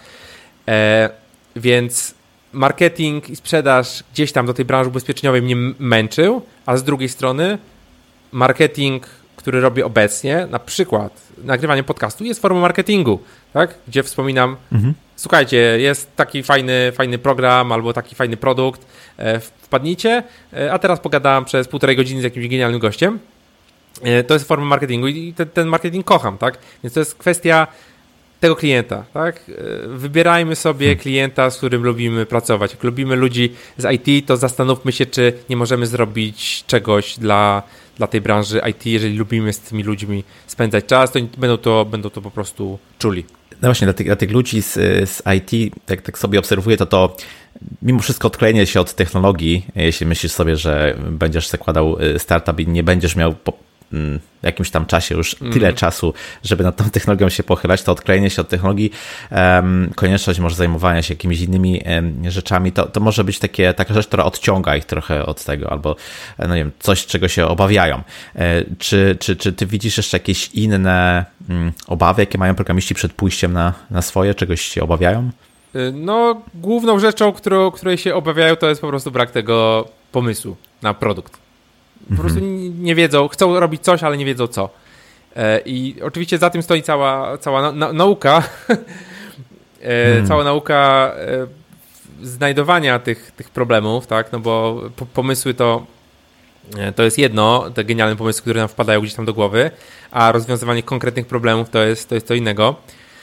Więc marketing i sprzedaż gdzieś tam do tej branży ubezpieczeniowej mnie męczył, a z drugiej strony marketing, który robię obecnie, na przykład nagrywanie podcastu, jest formą marketingu, tak? Gdzie wspominam, słuchajcie, jest taki fajny program albo taki fajny produkt, wpadnijcie, a teraz pogadałem przez 1,5 godziny z jakimś genialnym gościem. To jest forma marketingu i ten marketing kocham, tak? Więc to jest kwestia tego klienta, tak? Wybierajmy sobie klienta, z którym lubimy pracować. Jak lubimy ludzi z IT, to zastanówmy się, czy nie możemy zrobić czegoś dla tej branży IT. Jeżeli lubimy z tymi ludźmi spędzać czas, to będą to po prostu czuli. No właśnie, dla tych ludzi z IT, tak sobie obserwuję, to mimo wszystko odklejenie się od technologii, jeśli myślisz sobie, że będziesz zakładał startup i nie będziesz miał po jakimś tam czasie już tyle czasu, żeby nad tą technologią się pochylać, to odklejenie się od technologii, konieczność może zajmowania się jakimiś innymi rzeczami, to może być taka rzecz, która odciąga ich trochę od tego, albo no nie wiem, coś, czego się obawiają. Czy ty widzisz jeszcze jakieś inne obawy, jakie mają programiści przed pójściem na swoje, czegoś się obawiają? No, główną rzeczą, której się obawiają, to jest po prostu brak tego pomysłu na produkt. Po prostu nie wiedzą, chcą robić coś, ale nie wiedzą co. I oczywiście za tym stoi cała nauka, cała nauka znajdowania tych problemów, tak? No bo pomysły to jest jedno, te genialne pomysły, które nam wpadają gdzieś tam do głowy, a rozwiązywanie konkretnych problemów to jest co innego.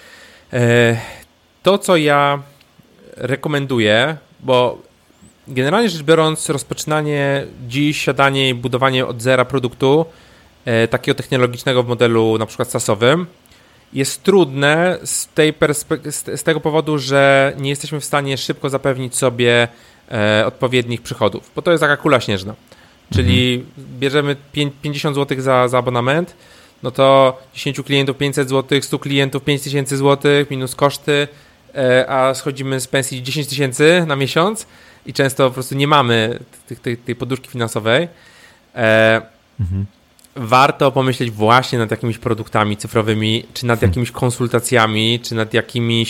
To, co ja rekomenduję, bo generalnie rzecz biorąc, rozpoczynanie dziś, siadanie i budowanie od zera produktu takiego technologicznego w modelu na przykład SaaS-owym jest trudne z tego powodu, że nie jesteśmy w stanie szybko zapewnić sobie odpowiednich przychodów, bo to jest taka kula śnieżna. czyli bierzemy 50 zł za abonament, no to 10 klientów 500 zł, 100 klientów 5000 zł minus koszty, a schodzimy z pensji 10 000 na miesiąc i często po prostu nie mamy tej poduszki finansowej. Warto pomyśleć właśnie nad jakimiś produktami cyfrowymi, czy nad jakimiś konsultacjami, czy nad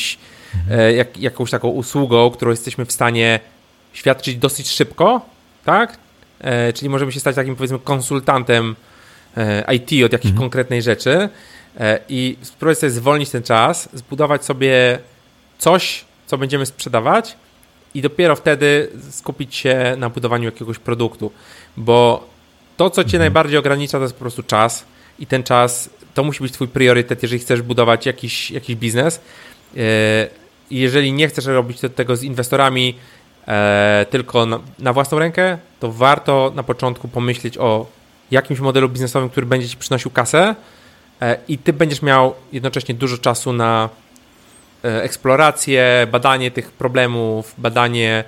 jakąś taką usługą, którą jesteśmy w stanie świadczyć dosyć szybko, tak? Czyli możemy się stać takim, powiedzmy, konsultantem IT od jakiejś konkretnej rzeczy i spróbować sobie zwolnić ten czas, zbudować sobie coś, co będziemy sprzedawać i dopiero wtedy skupić się na budowaniu jakiegoś produktu, bo to, co cię najbardziej ogranicza, to jest po prostu czas i ten czas, to musi być twój priorytet, jeżeli chcesz budować jakiś biznes. I jeżeli nie chcesz robić tego z inwestorami tylko na własną rękę, to warto na początku pomyśleć o jakimś modelu biznesowym, który będzie ci przynosił kasę i ty będziesz miał jednocześnie dużo czasu na eksplorację, badanie tych problemów, badanie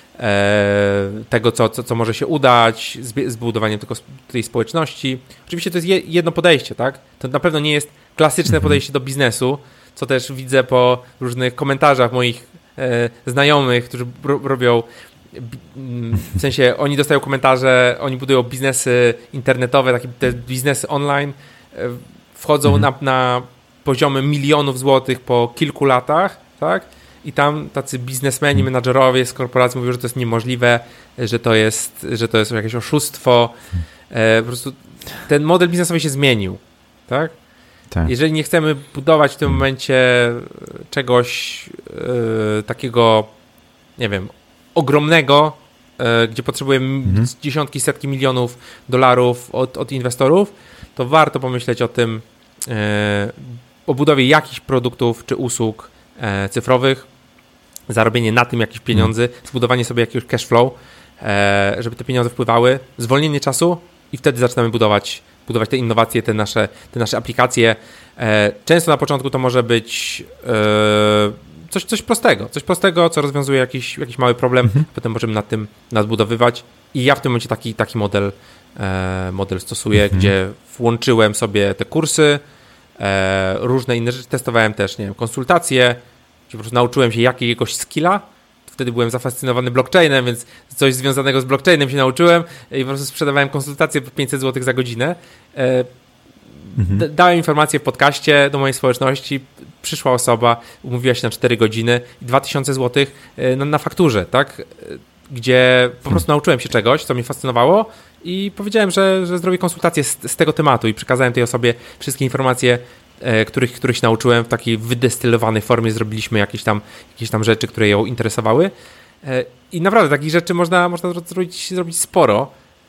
tego, co może się udać, zbudowanie tej społeczności. Oczywiście to jest jedno podejście, tak? To na pewno nie jest klasyczne podejście do biznesu, co też widzę po różnych komentarzach moich znajomych, którzy robią, w sensie oni dostają komentarze, oni budują biznesy internetowe, takie te biznesy online, wchodzą na poziomy milionów złotych po kilku latach, tak? I tam tacy biznesmeni, menadżerowie z korporacji mówią, że to jest niemożliwe, że to jest jakieś oszustwo. Po prostu ten model biznesowy się zmienił, tak? Tak. Jeżeli nie chcemy budować w tym momencie czegoś takiego, nie wiem, ogromnego, gdzie potrzebujemy dziesiątki, setki milionów dolarów od inwestorów, to warto pomyśleć o tym, o budowie jakichś produktów czy usług cyfrowych, zarobienie na tym jakichś pieniędzy, zbudowanie sobie jakiegoś cash flow, żeby te pieniądze wpływały, zwolnienie czasu i wtedy zaczynamy budować te innowacje, te nasze aplikacje. Często na początku to może być coś prostego, co rozwiązuje jakiś mały problem, potem możemy nad tym nadbudowywać i ja w tym momencie taki model stosuję, gdzie włączyłem sobie te kursy, różne inne rzeczy, testowałem też, nie wiem, konsultacje, gdzie po prostu nauczyłem się jakiegoś skilla. Wtedy byłem zafascynowany blockchainem, więc coś związanego z blockchainem się nauczyłem i po prostu sprzedawałem konsultacje po 500 zł za godzinę. Dałem informację w podcaście do mojej społeczności, przyszła osoba, umówiła się na 4 godziny i 2000 zł na fakturze, tak? Gdzie po prostu nauczyłem się czegoś, co mnie fascynowało i powiedziałem, że zrobię konsultację z tego tematu i przekazałem tej osobie wszystkie informacje, których się nauczyłem w takiej wydestylowanej formie. Zrobiliśmy jakieś tam rzeczy, które ją interesowały i naprawdę takich rzeczy można zrobić sporo,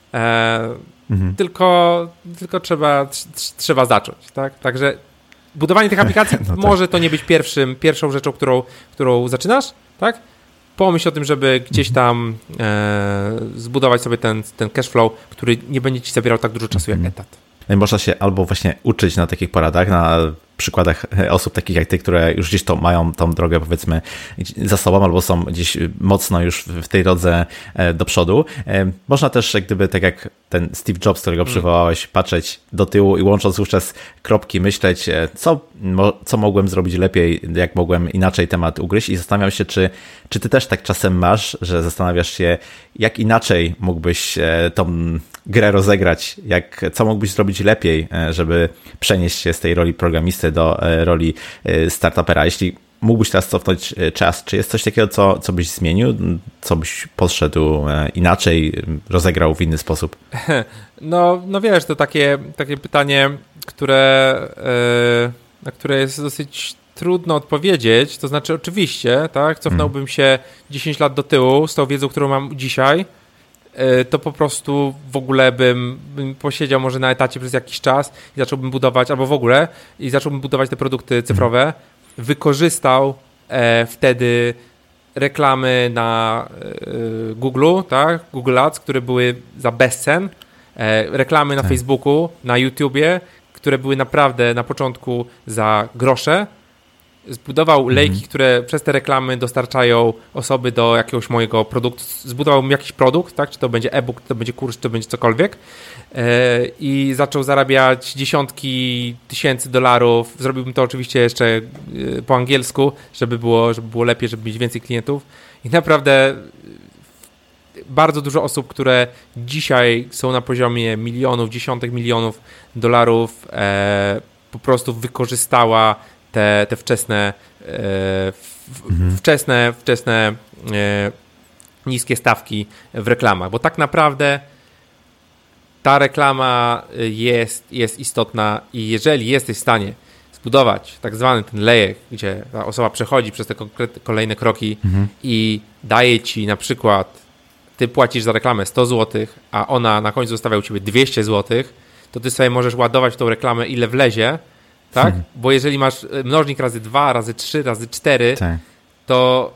tylko trzeba zacząć, tak? Także budowanie tych aplikacji może to nie być pierwszą rzeczą, którą zaczynasz, tak? Pomyśl o tym, żeby gdzieś tam zbudować sobie ten cash flow, który nie będzie ci zabierał tak dużo czasu jak etat. Można się albo właśnie uczyć na takich poradach, na przykładach osób takich jak ty, które już gdzieś mają tą drogę, powiedzmy, za sobą, albo są gdzieś mocno już w tej drodze do przodu. Można też, jak gdyby, tak jak ten Steve Jobs, którego przywołałeś, patrzeć do tyłu i łącząc wówczas kropki, myśleć, co mogłem zrobić lepiej, jak mogłem inaczej temat ugryźć i zastanawiam się, czy ty też tak czasem masz, że zastanawiasz się, jak inaczej mógłbyś tą grę rozegrać, co mógłbyś zrobić lepiej, żeby przenieść się z tej roli programisty do roli startupera. Jeśli mógłbyś teraz cofnąć czas, czy jest coś takiego, co byś zmienił, co byś podszedł inaczej, rozegrał w inny sposób? No wiesz, to takie pytanie, na które jest dosyć trudno odpowiedzieć, to znaczy oczywiście, tak, cofnąłbym się 10 lat do tyłu z tą wiedzą, którą mam dzisiaj, to po prostu w ogóle bym posiedział może na etacie przez jakiś czas i zacząłbym budować te produkty cyfrowe, wykorzystał wtedy reklamy na Google, tak? Google Ads, które były za bezcen, reklamy na Facebooku, na YouTubie, które były naprawdę na początku za grosze zbudował lejki, które przez te reklamy dostarczają osoby do jakiegoś mojego produktu, zbudował jakiś produkt, tak? Czy to będzie e-book, czy to będzie kurs, czy to będzie cokolwiek i zaczął zarabiać dziesiątki tysięcy dolarów. Zrobiłbym to oczywiście jeszcze po angielsku, żeby było lepiej, żeby mieć więcej klientów i naprawdę bardzo dużo osób, które dzisiaj są na poziomie milionów, dziesiątek milionów dolarów po prostu wykorzystała te wczesne niskie stawki w reklamach, bo tak naprawdę ta reklama jest istotna i jeżeli jesteś w stanie zbudować tak zwany ten lejek, gdzie ta osoba przechodzi przez te kolejne kroki i daje ci na przykład, ty płacisz za reklamę 100 zł, a ona na końcu zostawia u ciebie 200 zł, to ty sobie możesz ładować w tą reklamę ile wlezie, tak? Bo jeżeli masz mnożnik razy 2, razy 3, razy 4, tak, to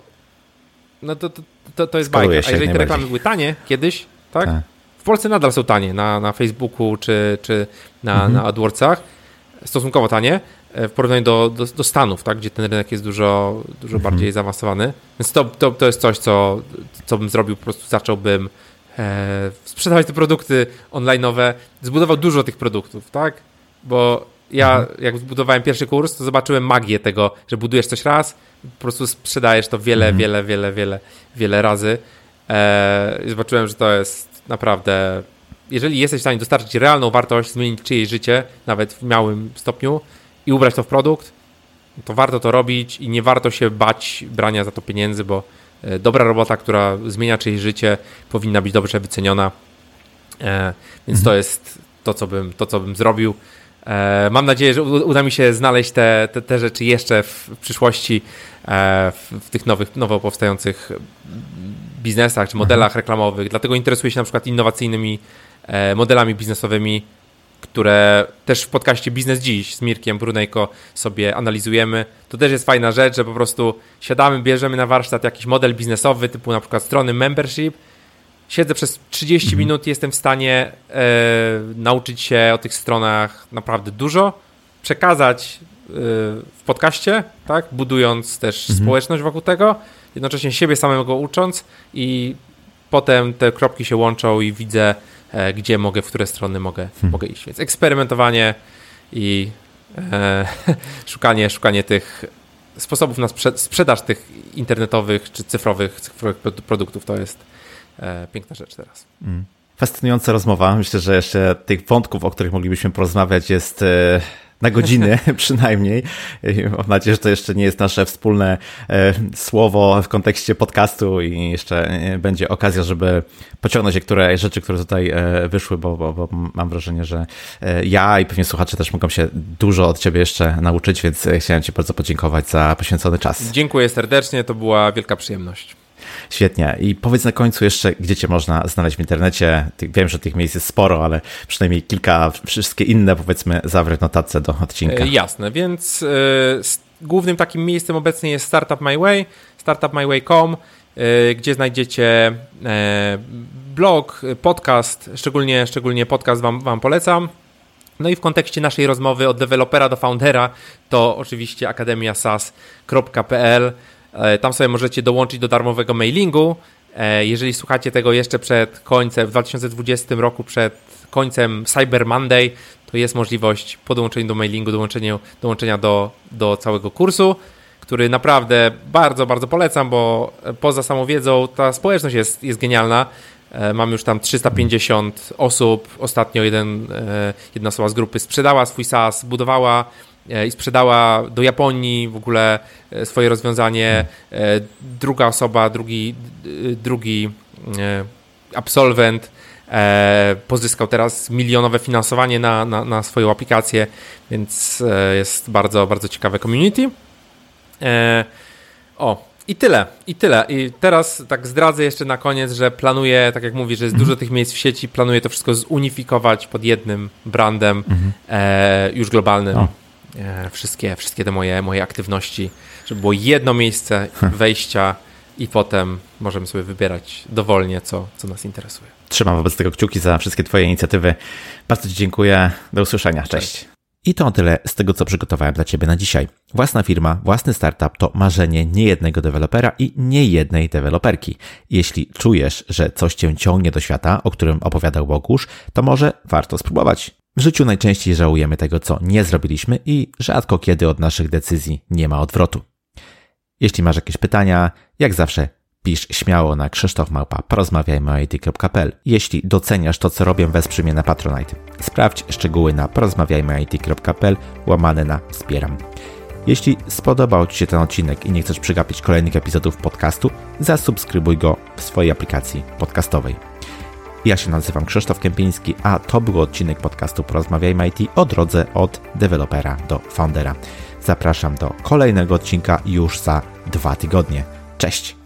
jest bajka. A jeżeli te reklamy były tanie kiedyś, tak? W Polsce nadal są tanie na Facebooku czy na AdWordsach, stosunkowo tanie w porównaniu do Stanów, tak? Gdzie ten rynek jest dużo bardziej zaawansowany. Więc to jest coś, co bym zrobił, po prostu zacząłbym sprzedawać te produkty online'owe, zbudował dużo tych produktów, tak? Bo ja jak zbudowałem pierwszy kurs, to zobaczyłem magię tego, że budujesz coś raz, po prostu sprzedajesz to wiele razy. Zobaczyłem, że to jest naprawdę, jeżeli jesteś w stanie dostarczyć realną wartość, zmienić czyjeś życie, nawet w małym stopniu i ubrać to w produkt, to warto to robić i nie warto się bać brania za to pieniędzy, bo dobra robota, która zmienia czyjeś życie, powinna być dobrze wyceniona. Więc to jest to, co bym zrobił. Mam nadzieję, że uda mi się znaleźć te rzeczy jeszcze w przyszłości w tych nowo powstających biznesach czy modelach reklamowych. Dlatego interesuję się na przykład innowacyjnymi modelami biznesowymi, które też w podcaście Biznes Dziś z Mirkiem Brunejko sobie analizujemy. To też jest fajna rzecz, że po prostu siadamy, bierzemy na warsztat jakiś model biznesowy typu na przykład strony membership. Siedzę przez 30 minut i jestem w stanie nauczyć się o tych stronach naprawdę dużo, przekazać w podcaście, tak, budując też społeczność wokół tego, jednocześnie siebie samego ucząc i potem te kropki się łączą i widzę, gdzie mogę, w które strony mogę iść. Więc eksperymentowanie i szukanie tych sposobów na sprzedaż tych internetowych czy cyfrowych produktów to jest piękna rzecz teraz. Fascynująca rozmowa. Myślę, że jeszcze tych wątków, o których moglibyśmy porozmawiać, jest na godziny przynajmniej. Mam nadzieję, że to jeszcze nie jest nasze wspólne słowo w kontekście podcastu i jeszcze będzie okazja, żeby pociągnąć niektóre rzeczy, które tutaj wyszły, bo mam wrażenie, że ja i pewnie słuchacze też mogą się dużo od ciebie jeszcze nauczyć, więc chciałem ci bardzo podziękować za poświęcony czas. Dziękuję serdecznie, to była wielka przyjemność. Świetnie. I powiedz na końcu jeszcze, gdzie cię można znaleźć w internecie. Wiem, że tych miejsc jest sporo, ale przynajmniej kilka, wszystkie inne powiedzmy zawrę w notatce do odcinka. Jasne, więc głównym takim miejscem obecnie jest Startup My Way, startupmyway.com, gdzie znajdziecie blog, podcast, szczególnie podcast wam polecam. No i w kontekście naszej rozmowy od dewelopera do foundera to oczywiście akademiasas.pl. Tam sobie możecie dołączyć do darmowego mailingu. Jeżeli słuchacie tego jeszcze przed końcem, w 2020 roku, przed końcem Cyber Monday, to jest możliwość po dołączeniu do mailingu, dołączenia do całego kursu, który naprawdę bardzo, bardzo polecam, bo poza samą wiedzą ta społeczność jest genialna. Mam już tam 350 osób. Ostatnio jedna osoba z grupy sprzedała swój SaaS, budowała i sprzedała do Japonii w ogóle swoje rozwiązanie. Druga osoba, drugi absolwent pozyskał teraz milionowe finansowanie na swoją aplikację, więc jest bardzo, bardzo ciekawe community. I tyle. I teraz tak zdradzę jeszcze na koniec, że planuję, tak jak mówię, że jest dużo tych miejsc w sieci, planuję to wszystko zunifikować pod jednym brandem już globalnym. Wszystkie te moje aktywności, żeby było jedno miejsce wejścia i potem możemy sobie wybierać dowolnie, co nas interesuje. Trzymam wobec tego kciuki za wszystkie twoje inicjatywy. Bardzo ci dziękuję. Do usłyszenia. Cześć. I to tyle z tego, co przygotowałem dla Ciebie na dzisiaj. Własna firma, własny startup to marzenie niejednego dewelopera i niejednej deweloperki. Jeśli czujesz, że coś Cię ciągnie do świata, o którym opowiadał Bogusz, to może warto spróbować. W życiu najczęściej żałujemy tego, co nie zrobiliśmy i rzadko kiedy od naszych decyzji nie ma odwrotu. Jeśli masz jakieś pytania, jak zawsze pisz śmiało na krzysztof@porozmawiajmyoit.pl. Jeśli doceniasz to, co robię, wesprzyj mnie na Patronite. Sprawdź szczegóły na porozmawiajmyoit.pl/wspieram. Jeśli spodobał Ci się ten odcinek i nie chcesz przegapić kolejnych epizodów podcastu, zasubskrybuj go w swojej aplikacji podcastowej. Ja się nazywam Krzysztof Kępiński, a to był odcinek podcastu Porozmawiajmy IT o drodze od dewelopera do foundera. Zapraszam do kolejnego odcinka już za 2 tygodnie. Cześć!